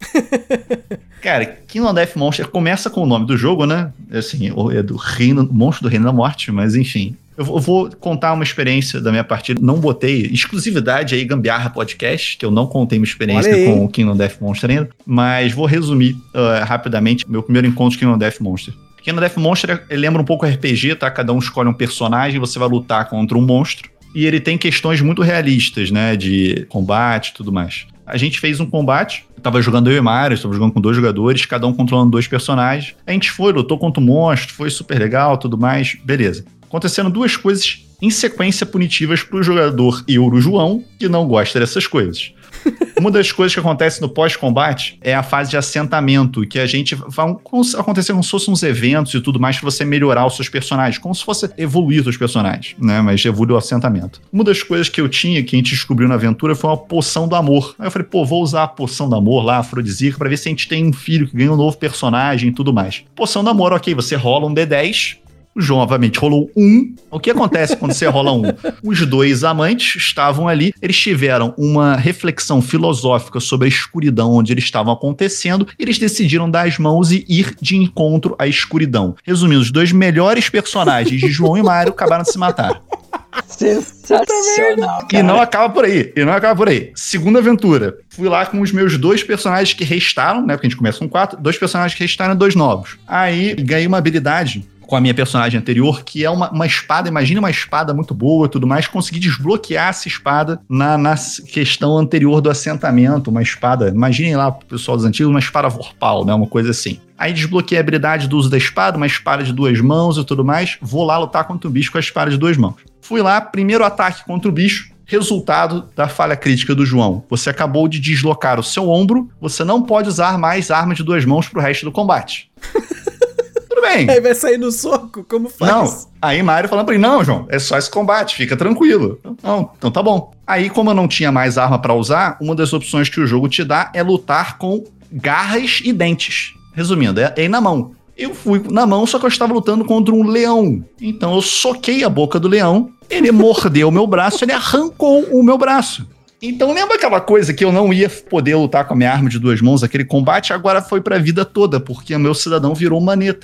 Cara, Kingdom Death Monster começa com o nome do jogo, né? Assim, é do reino, monstro do Reino da Morte, mas enfim. Eu vou contar uma experiência da minha partida. Não botei exclusividade aí, Gambiarra Podcast, que eu não contei minha experiência com o Kingdom Death Monster ainda, mas vou resumir uh, rapidamente meu primeiro encontro com Kingdom Death Monster. Kingdom Death Monster ele lembra um pouco R P G, tá? Cada um escolhe um personagem, você vai lutar contra um monstro. E ele tem questões muito realistas, né? De combate e tudo mais. A gente fez um combate, tava jogando eu e Mario, tava jogando com dois jogadores, cada um controlando dois personagens. A gente foi, lutou contra o monstro, foi super legal, tudo mais, beleza. acontecendo duas coisas em sequência punitivas para o jogador Euro João, que não gosta dessas coisas. Uma das coisas que acontece no pós-combate é a fase de assentamento, que a gente vai acontecer como se fossem uns eventos e tudo mais para você melhorar os seus personagens, como se fosse evoluir os personagens, né? Mas evolui o assentamento. Uma das coisas que eu tinha, que a gente descobriu na aventura, foi uma poção do amor. Aí eu falei, pô, vou usar a poção do amor lá, afrodisíaca, pra ver se a gente tem um filho que ganha um novo personagem e tudo mais. Poção do amor, ok, você rola um D dez. O João, obviamente, rolou um. O que acontece quando você rola um? Os dois amantes estavam ali, eles tiveram uma reflexão filosófica sobre a escuridão onde eles estavam acontecendo, e eles decidiram dar as mãos e ir de encontro à escuridão. Resumindo, os dois melhores personagens de João e Mário acabaram de se matar. Sensacional, cara. E não acaba por aí, e não acaba por aí. Segunda aventura, fui lá com os meus dois personagens que restaram, né, porque a gente começa com quatro, dois personagens que restaram e dois novos. Aí, ganhei uma habilidade com a minha personagem anterior, que é uma, uma espada, imagina uma espada muito boa e tudo mais, consegui desbloquear essa espada na, na questão anterior do assentamento, uma espada, imaginem lá pro pessoal dos antigos, uma espada vorpal, né, uma coisa assim. Aí desbloqueei a habilidade do uso da espada, uma espada de duas mãos e tudo mais, vou lá lutar contra o bicho com a espada de duas mãos. Fui lá, primeiro ataque contra o bicho, resultado da falha crítica do João. Você acabou de deslocar o seu ombro, você não pode usar mais arma de duas mãos pro resto do combate. Tudo bem. Aí vai sair no soco? Como faz? Não. Aí Mário falando pra ele, não, João, é só esse combate, fica tranquilo. Não, então tá bom. Aí, como eu não tinha mais arma pra usar, uma das opções que o jogo te dá é lutar com garras e dentes. Resumindo, é, é ir na mão. Eu fui na mão, só que eu estava lutando contra um leão. Então eu soquei a boca do leão, ele mordeu o meu braço, ele arrancou o meu braço. Então lembra aquela coisa que eu não ia poder lutar com a minha arma de duas mãos, aquele combate agora foi pra vida toda, porque o meu cidadão virou maneta.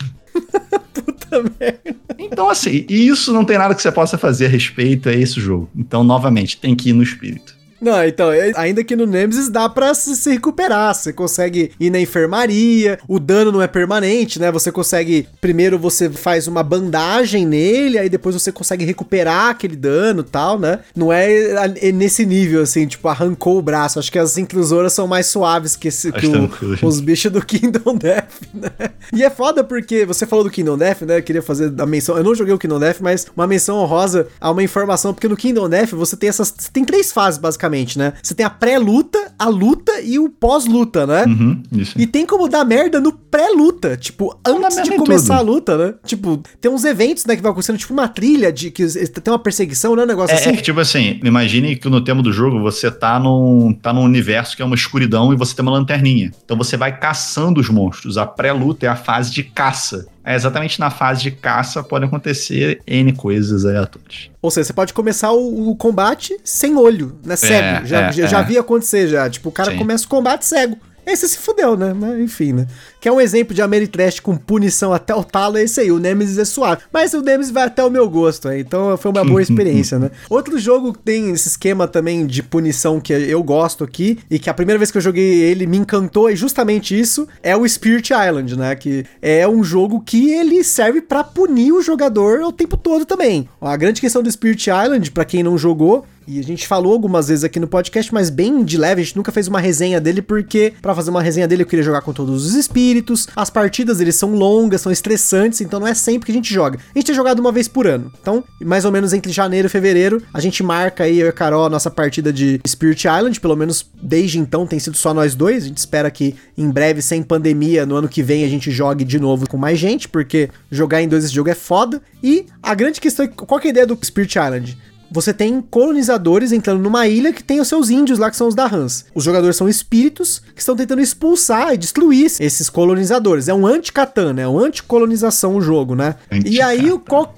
Puta merda. Então assim, isso não tem nada que você possa fazer a respeito a esse jogo. Então novamente, tem que ir no espírito. Não, então, ainda que no Nemesis dá pra se, se recuperar, você consegue ir na enfermaria, o dano não é permanente, né, você consegue, primeiro você faz uma bandagem nele, aí depois você consegue recuperar aquele dano e tal, né, não é, é nesse nível, assim, tipo, arrancou o braço, acho que as inclusoras são mais suaves que, esse, que o, os bichos do Kingdom Death, né, e é foda porque, você falou do Kingdom Death, né, eu queria fazer a menção, eu não joguei o Kingdom Death, mas uma menção honrosa a uma informação, porque no Kingdom Death você tem essas, tem três fases, basicamente, né? Você tem a pré-luta, a luta e o pós-luta, né? Uhum, isso. E tem como dar merda no pré-luta, tipo, antes de começar tudo. A luta, né? Tipo, tem uns eventos, né, que vai acontecendo, tipo uma trilha, de que tem uma perseguição, né? Um negócio é, assim. É que, tipo assim, imagine que no tema do jogo você tá num, tá num universo que é uma escuridão e você tem uma lanterninha. Então você vai caçando os monstros. A pré-luta é a fase de caça. É exatamente na fase de caça podem acontecer N coisas aleatórias. Ou seja, você pode começar o, o combate sem olho, né? Cego. É, já, é, já, é. já vi acontecer já. Tipo, o cara Sim. começa o combate cego. Aí você se fudeu, né? Mas, enfim, né? Que é um exemplo de Ameritrash com punição até o talo, é esse aí. O Nemesis é suave. Mas o Nemesis vai até o meu gosto, né? Então foi uma boa experiência, né? Outro jogo que tem esse esquema também de punição que eu gosto aqui, e que a primeira vez que eu joguei ele me encantou, é justamente isso, é o Spirit Island, né? Que é um jogo que ele serve pra punir o jogador o tempo todo também. A grande questão do Spirit Island, pra quem não jogou, e a gente falou algumas vezes aqui no podcast, mas bem de leve, a gente nunca fez uma resenha dele, porque pra fazer uma resenha dele eu queria jogar com todos os espíritos, as partidas eles são longas, são estressantes, então não é sempre que a gente joga. A gente tem jogado uma vez por ano, então mais ou menos entre janeiro e fevereiro, a gente marca aí, eu e a Carol, a nossa partida de Spirit Island, pelo menos desde então tem sido só nós dois, a gente espera que em breve, sem pandemia, no ano que vem a gente jogue de novo com mais gente, porque jogar em dois esse jogo é foda, e a grande questão é, qual que é a ideia do Spirit Island? Você tem colonizadores entrando numa ilha que tem os seus índios lá, que são os Dahans. Os jogadores são espíritos que estão tentando expulsar e destruir esses colonizadores. É um anti-Catan, né? É um anti-colonização o jogo, né? E aí, o qual...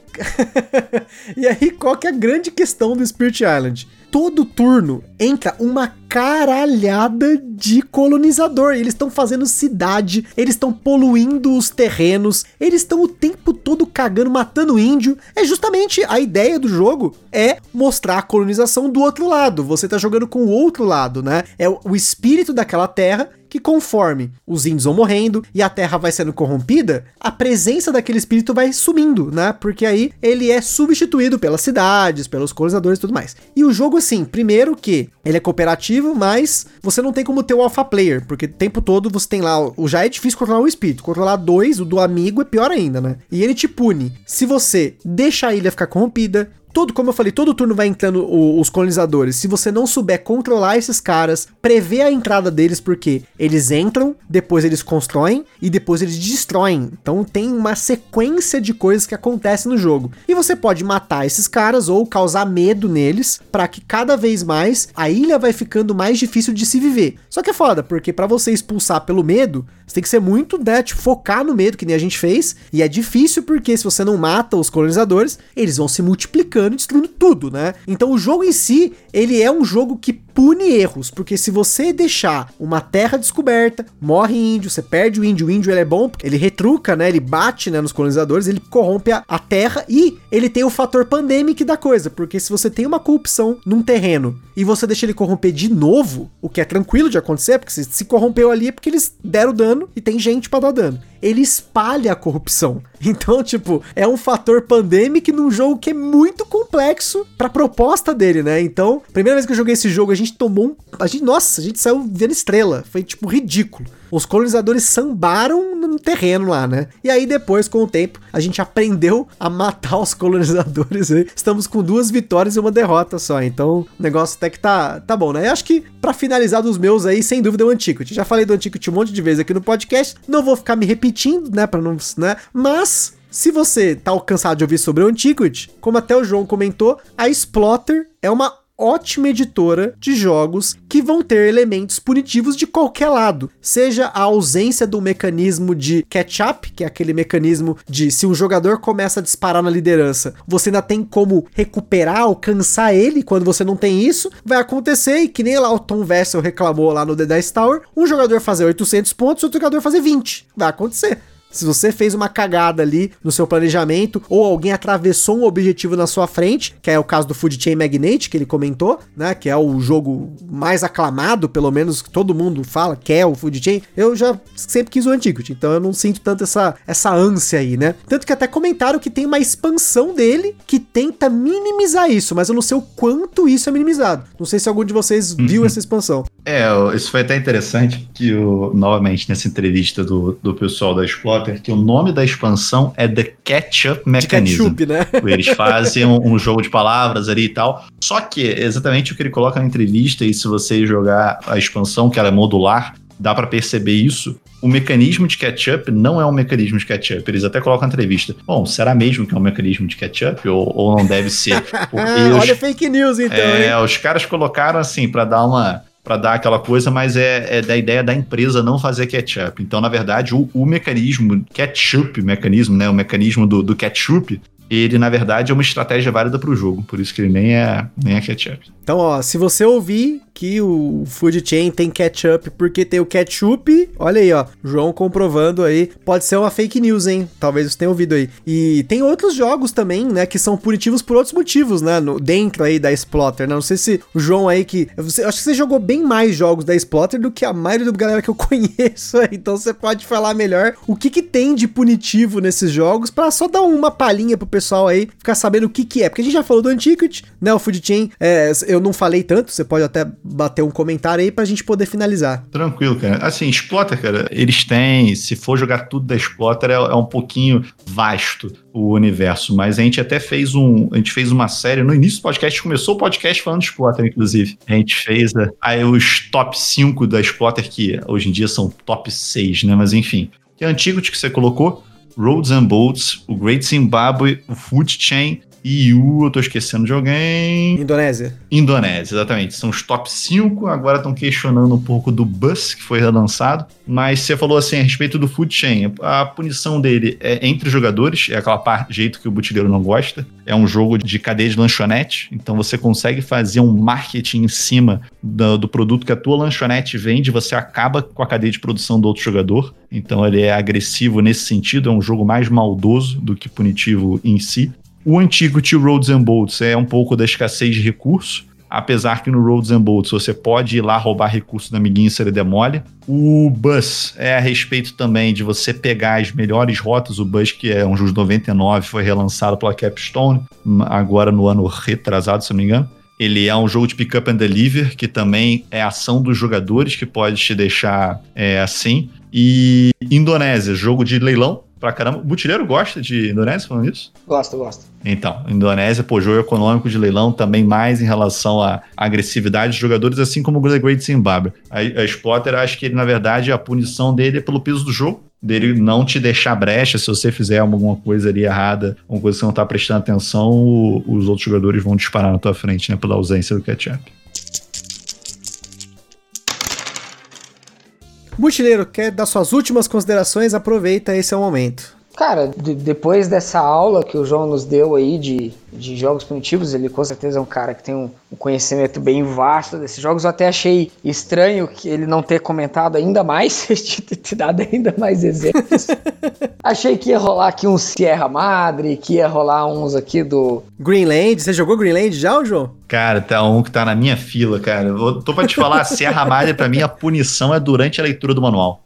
e aí, qual que é a grande questão do Spirit Island? Todo turno entra uma caralhada de colonizador. Eles estão fazendo cidade, eles estão poluindo os terrenos, eles estão o tempo todo cagando, matando índio. É justamente a ideia do jogo, é mostrar a colonização do outro lado. Você tá jogando com o outro lado, né? É o espírito daquela terra que conforme os índios vão morrendo e a terra vai sendo corrompida, a presença daquele espírito vai sumindo, né? Porque aí ele é substituído pelas cidades, pelos colonizadores e tudo mais. E o jogo, assim, primeiro que ele é cooperativo, mas você não tem como ter o alpha player, porque o tempo todo você tem lá, o já é difícil controlar o espírito, controlar dois, o do amigo é pior ainda, né? E ele te pune se você deixa a ilha ficar corrompida. Todo, como eu falei, todo turno vai entrando o, os colonizadores. Se você não souber controlar esses caras, prever a entrada deles, porque eles entram, depois eles constroem e depois eles destroem. Então tem uma sequência de coisas que acontecem no jogo. E você pode matar esses caras ou causar medo neles, para que cada vez mais a ilha vai ficando mais difícil de se viver. Só que é foda, porque para você expulsar pelo medo, você tem que ser muito, né, tipo, focar no medo, que nem a gente fez. E é difícil porque se você não mata os colonizadores, eles vão se multiplicando, destruindo tudo, né? Então o jogo em si, ele é um jogo que pune erros, porque se você deixar uma terra descoberta, morre índio, você perde o índio, o índio ele é bom, porque ele retruca, né, ele bate, né, nos colonizadores, ele corrompe a, a terra e ele tem o fator pandemic da coisa, porque se você tem uma corrupção num terreno e você deixa ele corromper de novo, o que é tranquilo de acontecer, porque se, se corrompeu ali é porque eles deram dano e tem gente pra dar dano. Ele espalha a corrupção. Então, tipo, é um fator pandemic num jogo que é muito complexo pra proposta dele, né? Então, primeira vez que eu joguei esse jogo, a gente tomou um... A gente, nossa, a gente saiu vendo estrela. Foi, tipo, ridículo. Os colonizadores sambaram no terreno lá, né? E aí depois, com o tempo, a gente aprendeu a matar os colonizadores. Né? Estamos com duas vitórias e uma derrota só. Então, o negócio até que tá, tá bom, né? Eu acho que, pra finalizar dos meus aí, sem dúvida, é o Antiquity. Já falei do Antiquity um monte de vezes aqui no podcast. Não vou ficar me repetindo, né? Pra não... né? Mas... se você tá cansado de ouvir sobre o Antiquity, como até o João comentou, a Splotter é uma ótima editora de jogos que vão ter elementos punitivos de qualquer lado. Seja a ausência do mecanismo de catch-up, que é aquele mecanismo de se um jogador começa a disparar na liderança, você ainda tem como recuperar, alcançar ele. Quando você não tem isso, vai acontecer, e que nem lá o Tom Vessel reclamou lá no The Dice Tower, um jogador fazer oitocentos pontos, outro jogador fazer vinte. Vai acontecer. Se você fez uma cagada ali no seu planejamento, ou alguém atravessou um objetivo na sua frente, que é o caso do Food Chain Magnate, que ele comentou, né, que é o jogo mais aclamado, pelo menos que todo mundo fala, que é o Food Chain, eu já sempre quis o Antiquity, então eu não sinto tanto essa, essa ânsia aí, né? Tanto que até comentaram que tem uma expansão dele que tenta minimizar isso, mas eu não sei o quanto isso é minimizado. Não sei se algum de vocês viu uhum. essa expansão. É, isso foi até interessante, que o, novamente nessa entrevista do, do pessoal da Splotter, que o nome da expansão é The Catch-Up Mechanism. Ketchup, né? Eles fazem um, um jogo de palavras ali e tal. Só que é exatamente o que ele coloca na entrevista, e se você jogar a expansão, que ela é modular, dá pra perceber isso. O mecanismo de catch-up não é um mecanismo de catch-up. Eles até colocam na entrevista. Bom, será mesmo que é um mecanismo de catch-up? Ou, ou não deve ser? Olha os, fake news, então. É, hein? Os caras colocaram assim, pra dar uma... para dar aquela coisa, mas é, é da ideia da empresa não fazer catch-up. Então, na verdade, o, o mecanismo, catch-up mecanismo, né, o mecanismo do, do catch-up, ele, na verdade, é uma estratégia válida para o jogo. Por isso que ele nem é, nem é catch-up. Então, ó, se você ouvir que o Food Chain tem catch-up porque tem o ketchup, olha aí, ó, João comprovando aí, pode ser uma fake news, hein? Talvez você tenha ouvido aí. E tem outros jogos também, né, que são punitivos por outros motivos, né, no, dentro aí da Splotter, né? Não sei se o João aí que... Você, acho que você jogou bem mais jogos da Splotter do que a maioria da galera que eu conheço aí, então você pode falar melhor o que que tem de punitivo nesses jogos, pra só dar uma palhinha pro pessoal aí ficar sabendo o que que é, porque a gente já falou do Antiquity, né, o Food Chain, é, eu não falei tanto, você pode até bater um comentário aí pra gente poder finalizar. Tranquilo, cara. Assim, Splotter, cara, eles têm, se for jogar tudo da Splotter, é, é um pouquinho vasto o universo, mas a gente até fez um, a gente fez uma série, no início do podcast, começou o podcast falando de Splotter, inclusive. A gente fez a, aí os top cinco da Splotter, que hoje em dia são top seis, né, mas enfim. Que é antigo que você colocou, Roads and Boats, o Great Zimbabwe, o Food Chain e o... eu tô esquecendo de alguém... Indonésia. Indonésia, exatamente. São os top cinco, agora estão questionando um pouco do Bus, que foi relançado, mas você falou assim a respeito do Food Chain, a punição dele é entre os jogadores, é aquela parte, jeito que o botilheiro não gosta, é um jogo de cadeia de lanchonete, então você consegue fazer um marketing em cima do, do produto que a tua lanchonete vende, você acaba com a cadeia de produção do outro jogador, então ele é agressivo nesse sentido, é um jogo mais maldoso do que punitivo em si. O Antiquity Roads and Boats é um pouco da escassez de recurso, apesar que no Roads and Bolts você pode ir lá roubar recursos do amiguinho se ele demole. O Bus é a respeito também de você pegar as melhores rotas. O Bus, que é um jogo de noventa e nove, foi relançado pela Capstone, agora no ano retrasado, se não me engano. Ele é um jogo de pick up and deliver, que também é ação dos jogadores, que pode te deixar é, assim. E Indonésia, jogo de leilão pra caramba. O Butileiro gosta de Indonésia falando isso? Gosto, gosto. Então, Indonésia, pô, jogo econômico de leilão também mais em relação à agressividade dos jogadores, assim como o The Great Zimbabwe. A, a Spotter, acho que ele, na verdade, a punição dele é pelo peso do jogo, dele não te deixar brecha. Se você fizer alguma coisa ali errada, alguma coisa que você não tá prestando atenção, o, os outros jogadores vão disparar na tua frente, né, pela ausência do catch-up. Butileiro, quer dar suas últimas considerações? Aproveita, esse é o momento. Cara, de, depois dessa aula que o João nos deu aí de, de jogos punitivos, ele com certeza é um cara que tem um, um conhecimento bem vasto desses jogos. Eu até achei estranho que ele não ter comentado ainda mais, ter, ter dado ainda mais exemplos. Achei que ia rolar aqui um Sierra Madre, que ia rolar uns aqui do... Greenland, você jogou Greenland já, João? Cara, tá um que tá na minha fila, cara. Eu tô pra te falar, Sierra Madre, pra mim, a punição é durante a leitura do manual.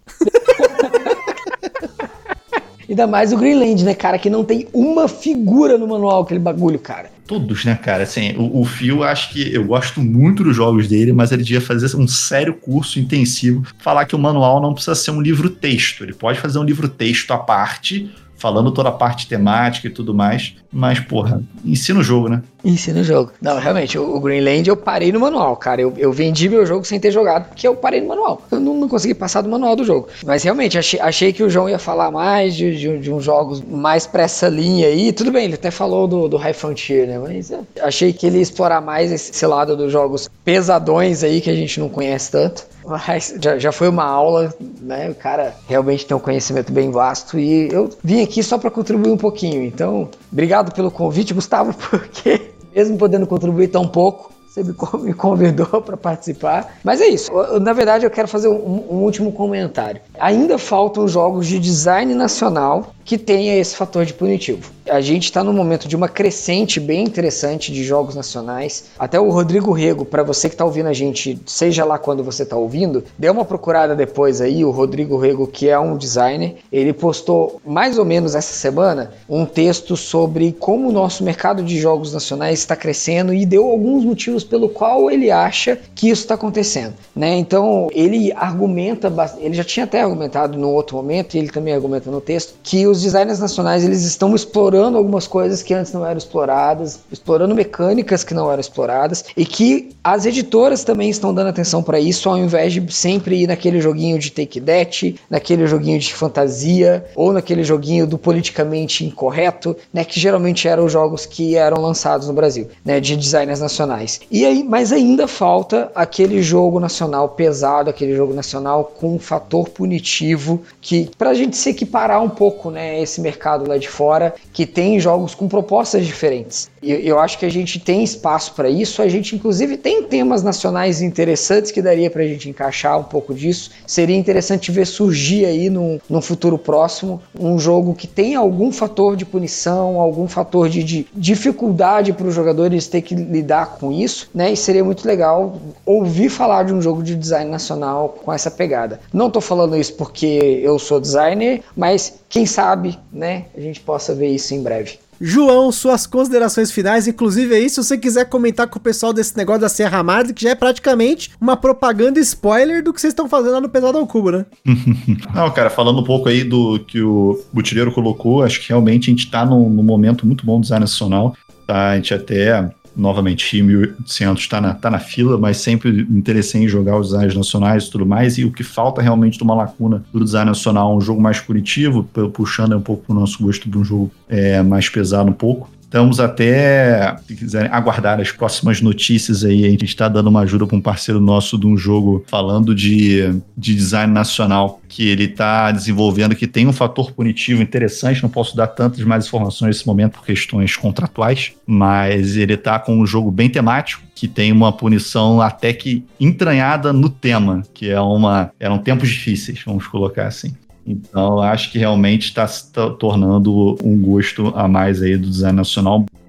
Ainda mais o Greenland, né, cara, que não tem uma figura no manual, aquele bagulho, cara. Todos, né, cara? Assim, o, o Phil, acho que eu gosto muito dos jogos dele, mas ele devia fazer um sério curso intensivo, falar que o manual não precisa ser um livro-texto. Ele pode fazer um livro-texto à parte, falando toda a parte temática e tudo mais, mas, porra, ensina o jogo, né? Ensina o jogo. Não, realmente, o Greenland eu parei no manual, cara. Eu, eu vendi meu jogo sem ter jogado, porque eu parei no manual. Eu não, não consegui passar do manual do jogo. Mas, realmente, achei, achei que o João ia falar mais de, de, de uns jogos mais pra essa linha aí. Tudo bem, ele até falou do, do High Frontier, né? Mas é, achei que ele ia explorar mais esse, esse lado dos jogos pesadões aí, que a gente não conhece tanto. Mas já, já foi uma aula, né? O cara realmente tem um conhecimento bem vasto e eu vim aqui só para contribuir um pouquinho. Então, obrigado pelo convite, Gustavo, porque mesmo podendo contribuir tão pouco, você me convidou para participar. Mas é isso. Eu, na verdade, eu quero fazer um, um último comentário. Ainda faltam jogos de design nacional que tenha esse fator de punitivo. A gente está num momento de uma crescente bem interessante de jogos nacionais. Até o Rodrigo Rego, para você que está ouvindo a gente, seja lá quando você está ouvindo, dê uma procurada depois aí, o Rodrigo Rego, que é um designer, ele postou mais ou menos essa semana um texto sobre como o nosso mercado de jogos nacionais está crescendo e deu alguns motivos pelo qual ele acha que isso está acontecendo, né? Então ele argumenta, ele já tinha até argumentado no outro momento, e ele também argumenta no texto, que os designers nacionais eles estão explorando algumas coisas que antes não eram exploradas, explorando mecânicas que não eram exploradas, e que as editoras também estão dando atenção para isso, ao invés de sempre ir naquele joguinho de take that, naquele joguinho de fantasia, ou naquele joguinho do politicamente incorreto, né, que geralmente eram os jogos que eram lançados no Brasil, né, de designers nacionais. E aí, mas ainda falta aquele jogo nacional pesado, aquele jogo nacional com um fator punitivo, que pra gente se equiparar um pouco, né, esse mercado lá de fora, que tem jogos com propostas diferentes. E eu acho que a gente tem espaço para isso, a gente inclusive tem temas nacionais interessantes que daria pra gente encaixar um pouco disso. Seria interessante ver surgir aí num, num futuro próximo um jogo que tem algum fator de punição, algum fator de, de dificuldade para os jogadores ter que lidar com isso, né? E seria muito legal ouvir falar de um jogo de design nacional com essa pegada. Não tô falando isso porque eu sou designer, mas quem sabe, né, a gente possa ver isso em breve. João, suas considerações finais, inclusive aí, se você quiser comentar com o pessoal desse negócio da Sierra Madre, que já é praticamente uma propaganda spoiler do que vocês estão fazendo lá no Pesado ao Cubo, né? Não, cara, falando um pouco aí do que o Butileiro colocou, acho que realmente a gente tá num, num momento muito bom do design nacional, tá? A gente até... Novamente, mil e oitocentos está na, tá na fila, mas sempre interessei em jogar os designs nacionais e tudo mais, e o que falta realmente de uma lacuna do design nacional, um jogo mais punitivo, puxando um pouco o nosso gosto de um jogo é, mais pesado um pouco. Estamos até, se quiserem aguardar as próximas notícias aí, a gente está dando uma ajuda para um parceiro nosso de um jogo falando de, de design nacional, que ele está desenvolvendo, que tem um fator punitivo interessante. Não posso dar tantas mais informações nesse momento por questões contratuais, mas ele está com um jogo bem temático, que tem uma punição até que entranhada no tema, que é uma, eram tempos difíceis, vamos colocar assim. Então, acho que realmente está se tornando um gosto a mais aí do design nacional.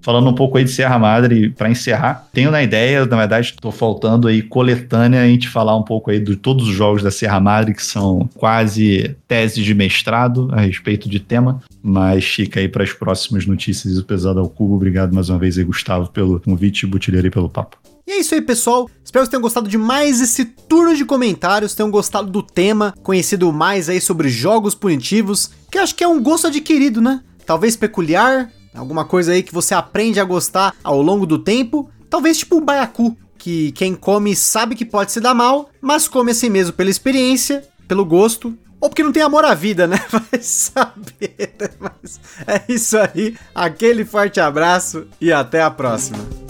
Falando um pouco aí de Serra Madre, para encerrar, tenho na ideia, na verdade, estou faltando aí coletânea, a gente falar um pouco aí de todos os jogos da Serra Madre, que são quase tese de mestrado a respeito de tema, mas fica aí para as próximas notícias do Pesado ao Cubo. Obrigado mais uma vez aí, Gustavo, pelo convite, Botilheiro, e pelo papo. E é isso aí, pessoal. Espero que vocês tenham gostado de mais esse turno de comentários, tenham gostado do tema, conhecido mais aí sobre jogos punitivos, que eu acho que é um gosto adquirido, né? Talvez peculiar, alguma coisa aí que você aprende a gostar ao longo do tempo, talvez tipo o baiacu, que quem come sabe que pode se dar mal, mas come assim mesmo pela experiência, pelo gosto, ou porque não tem amor à vida, né? Vai saber, mas é isso aí. Aquele forte abraço e até a próxima.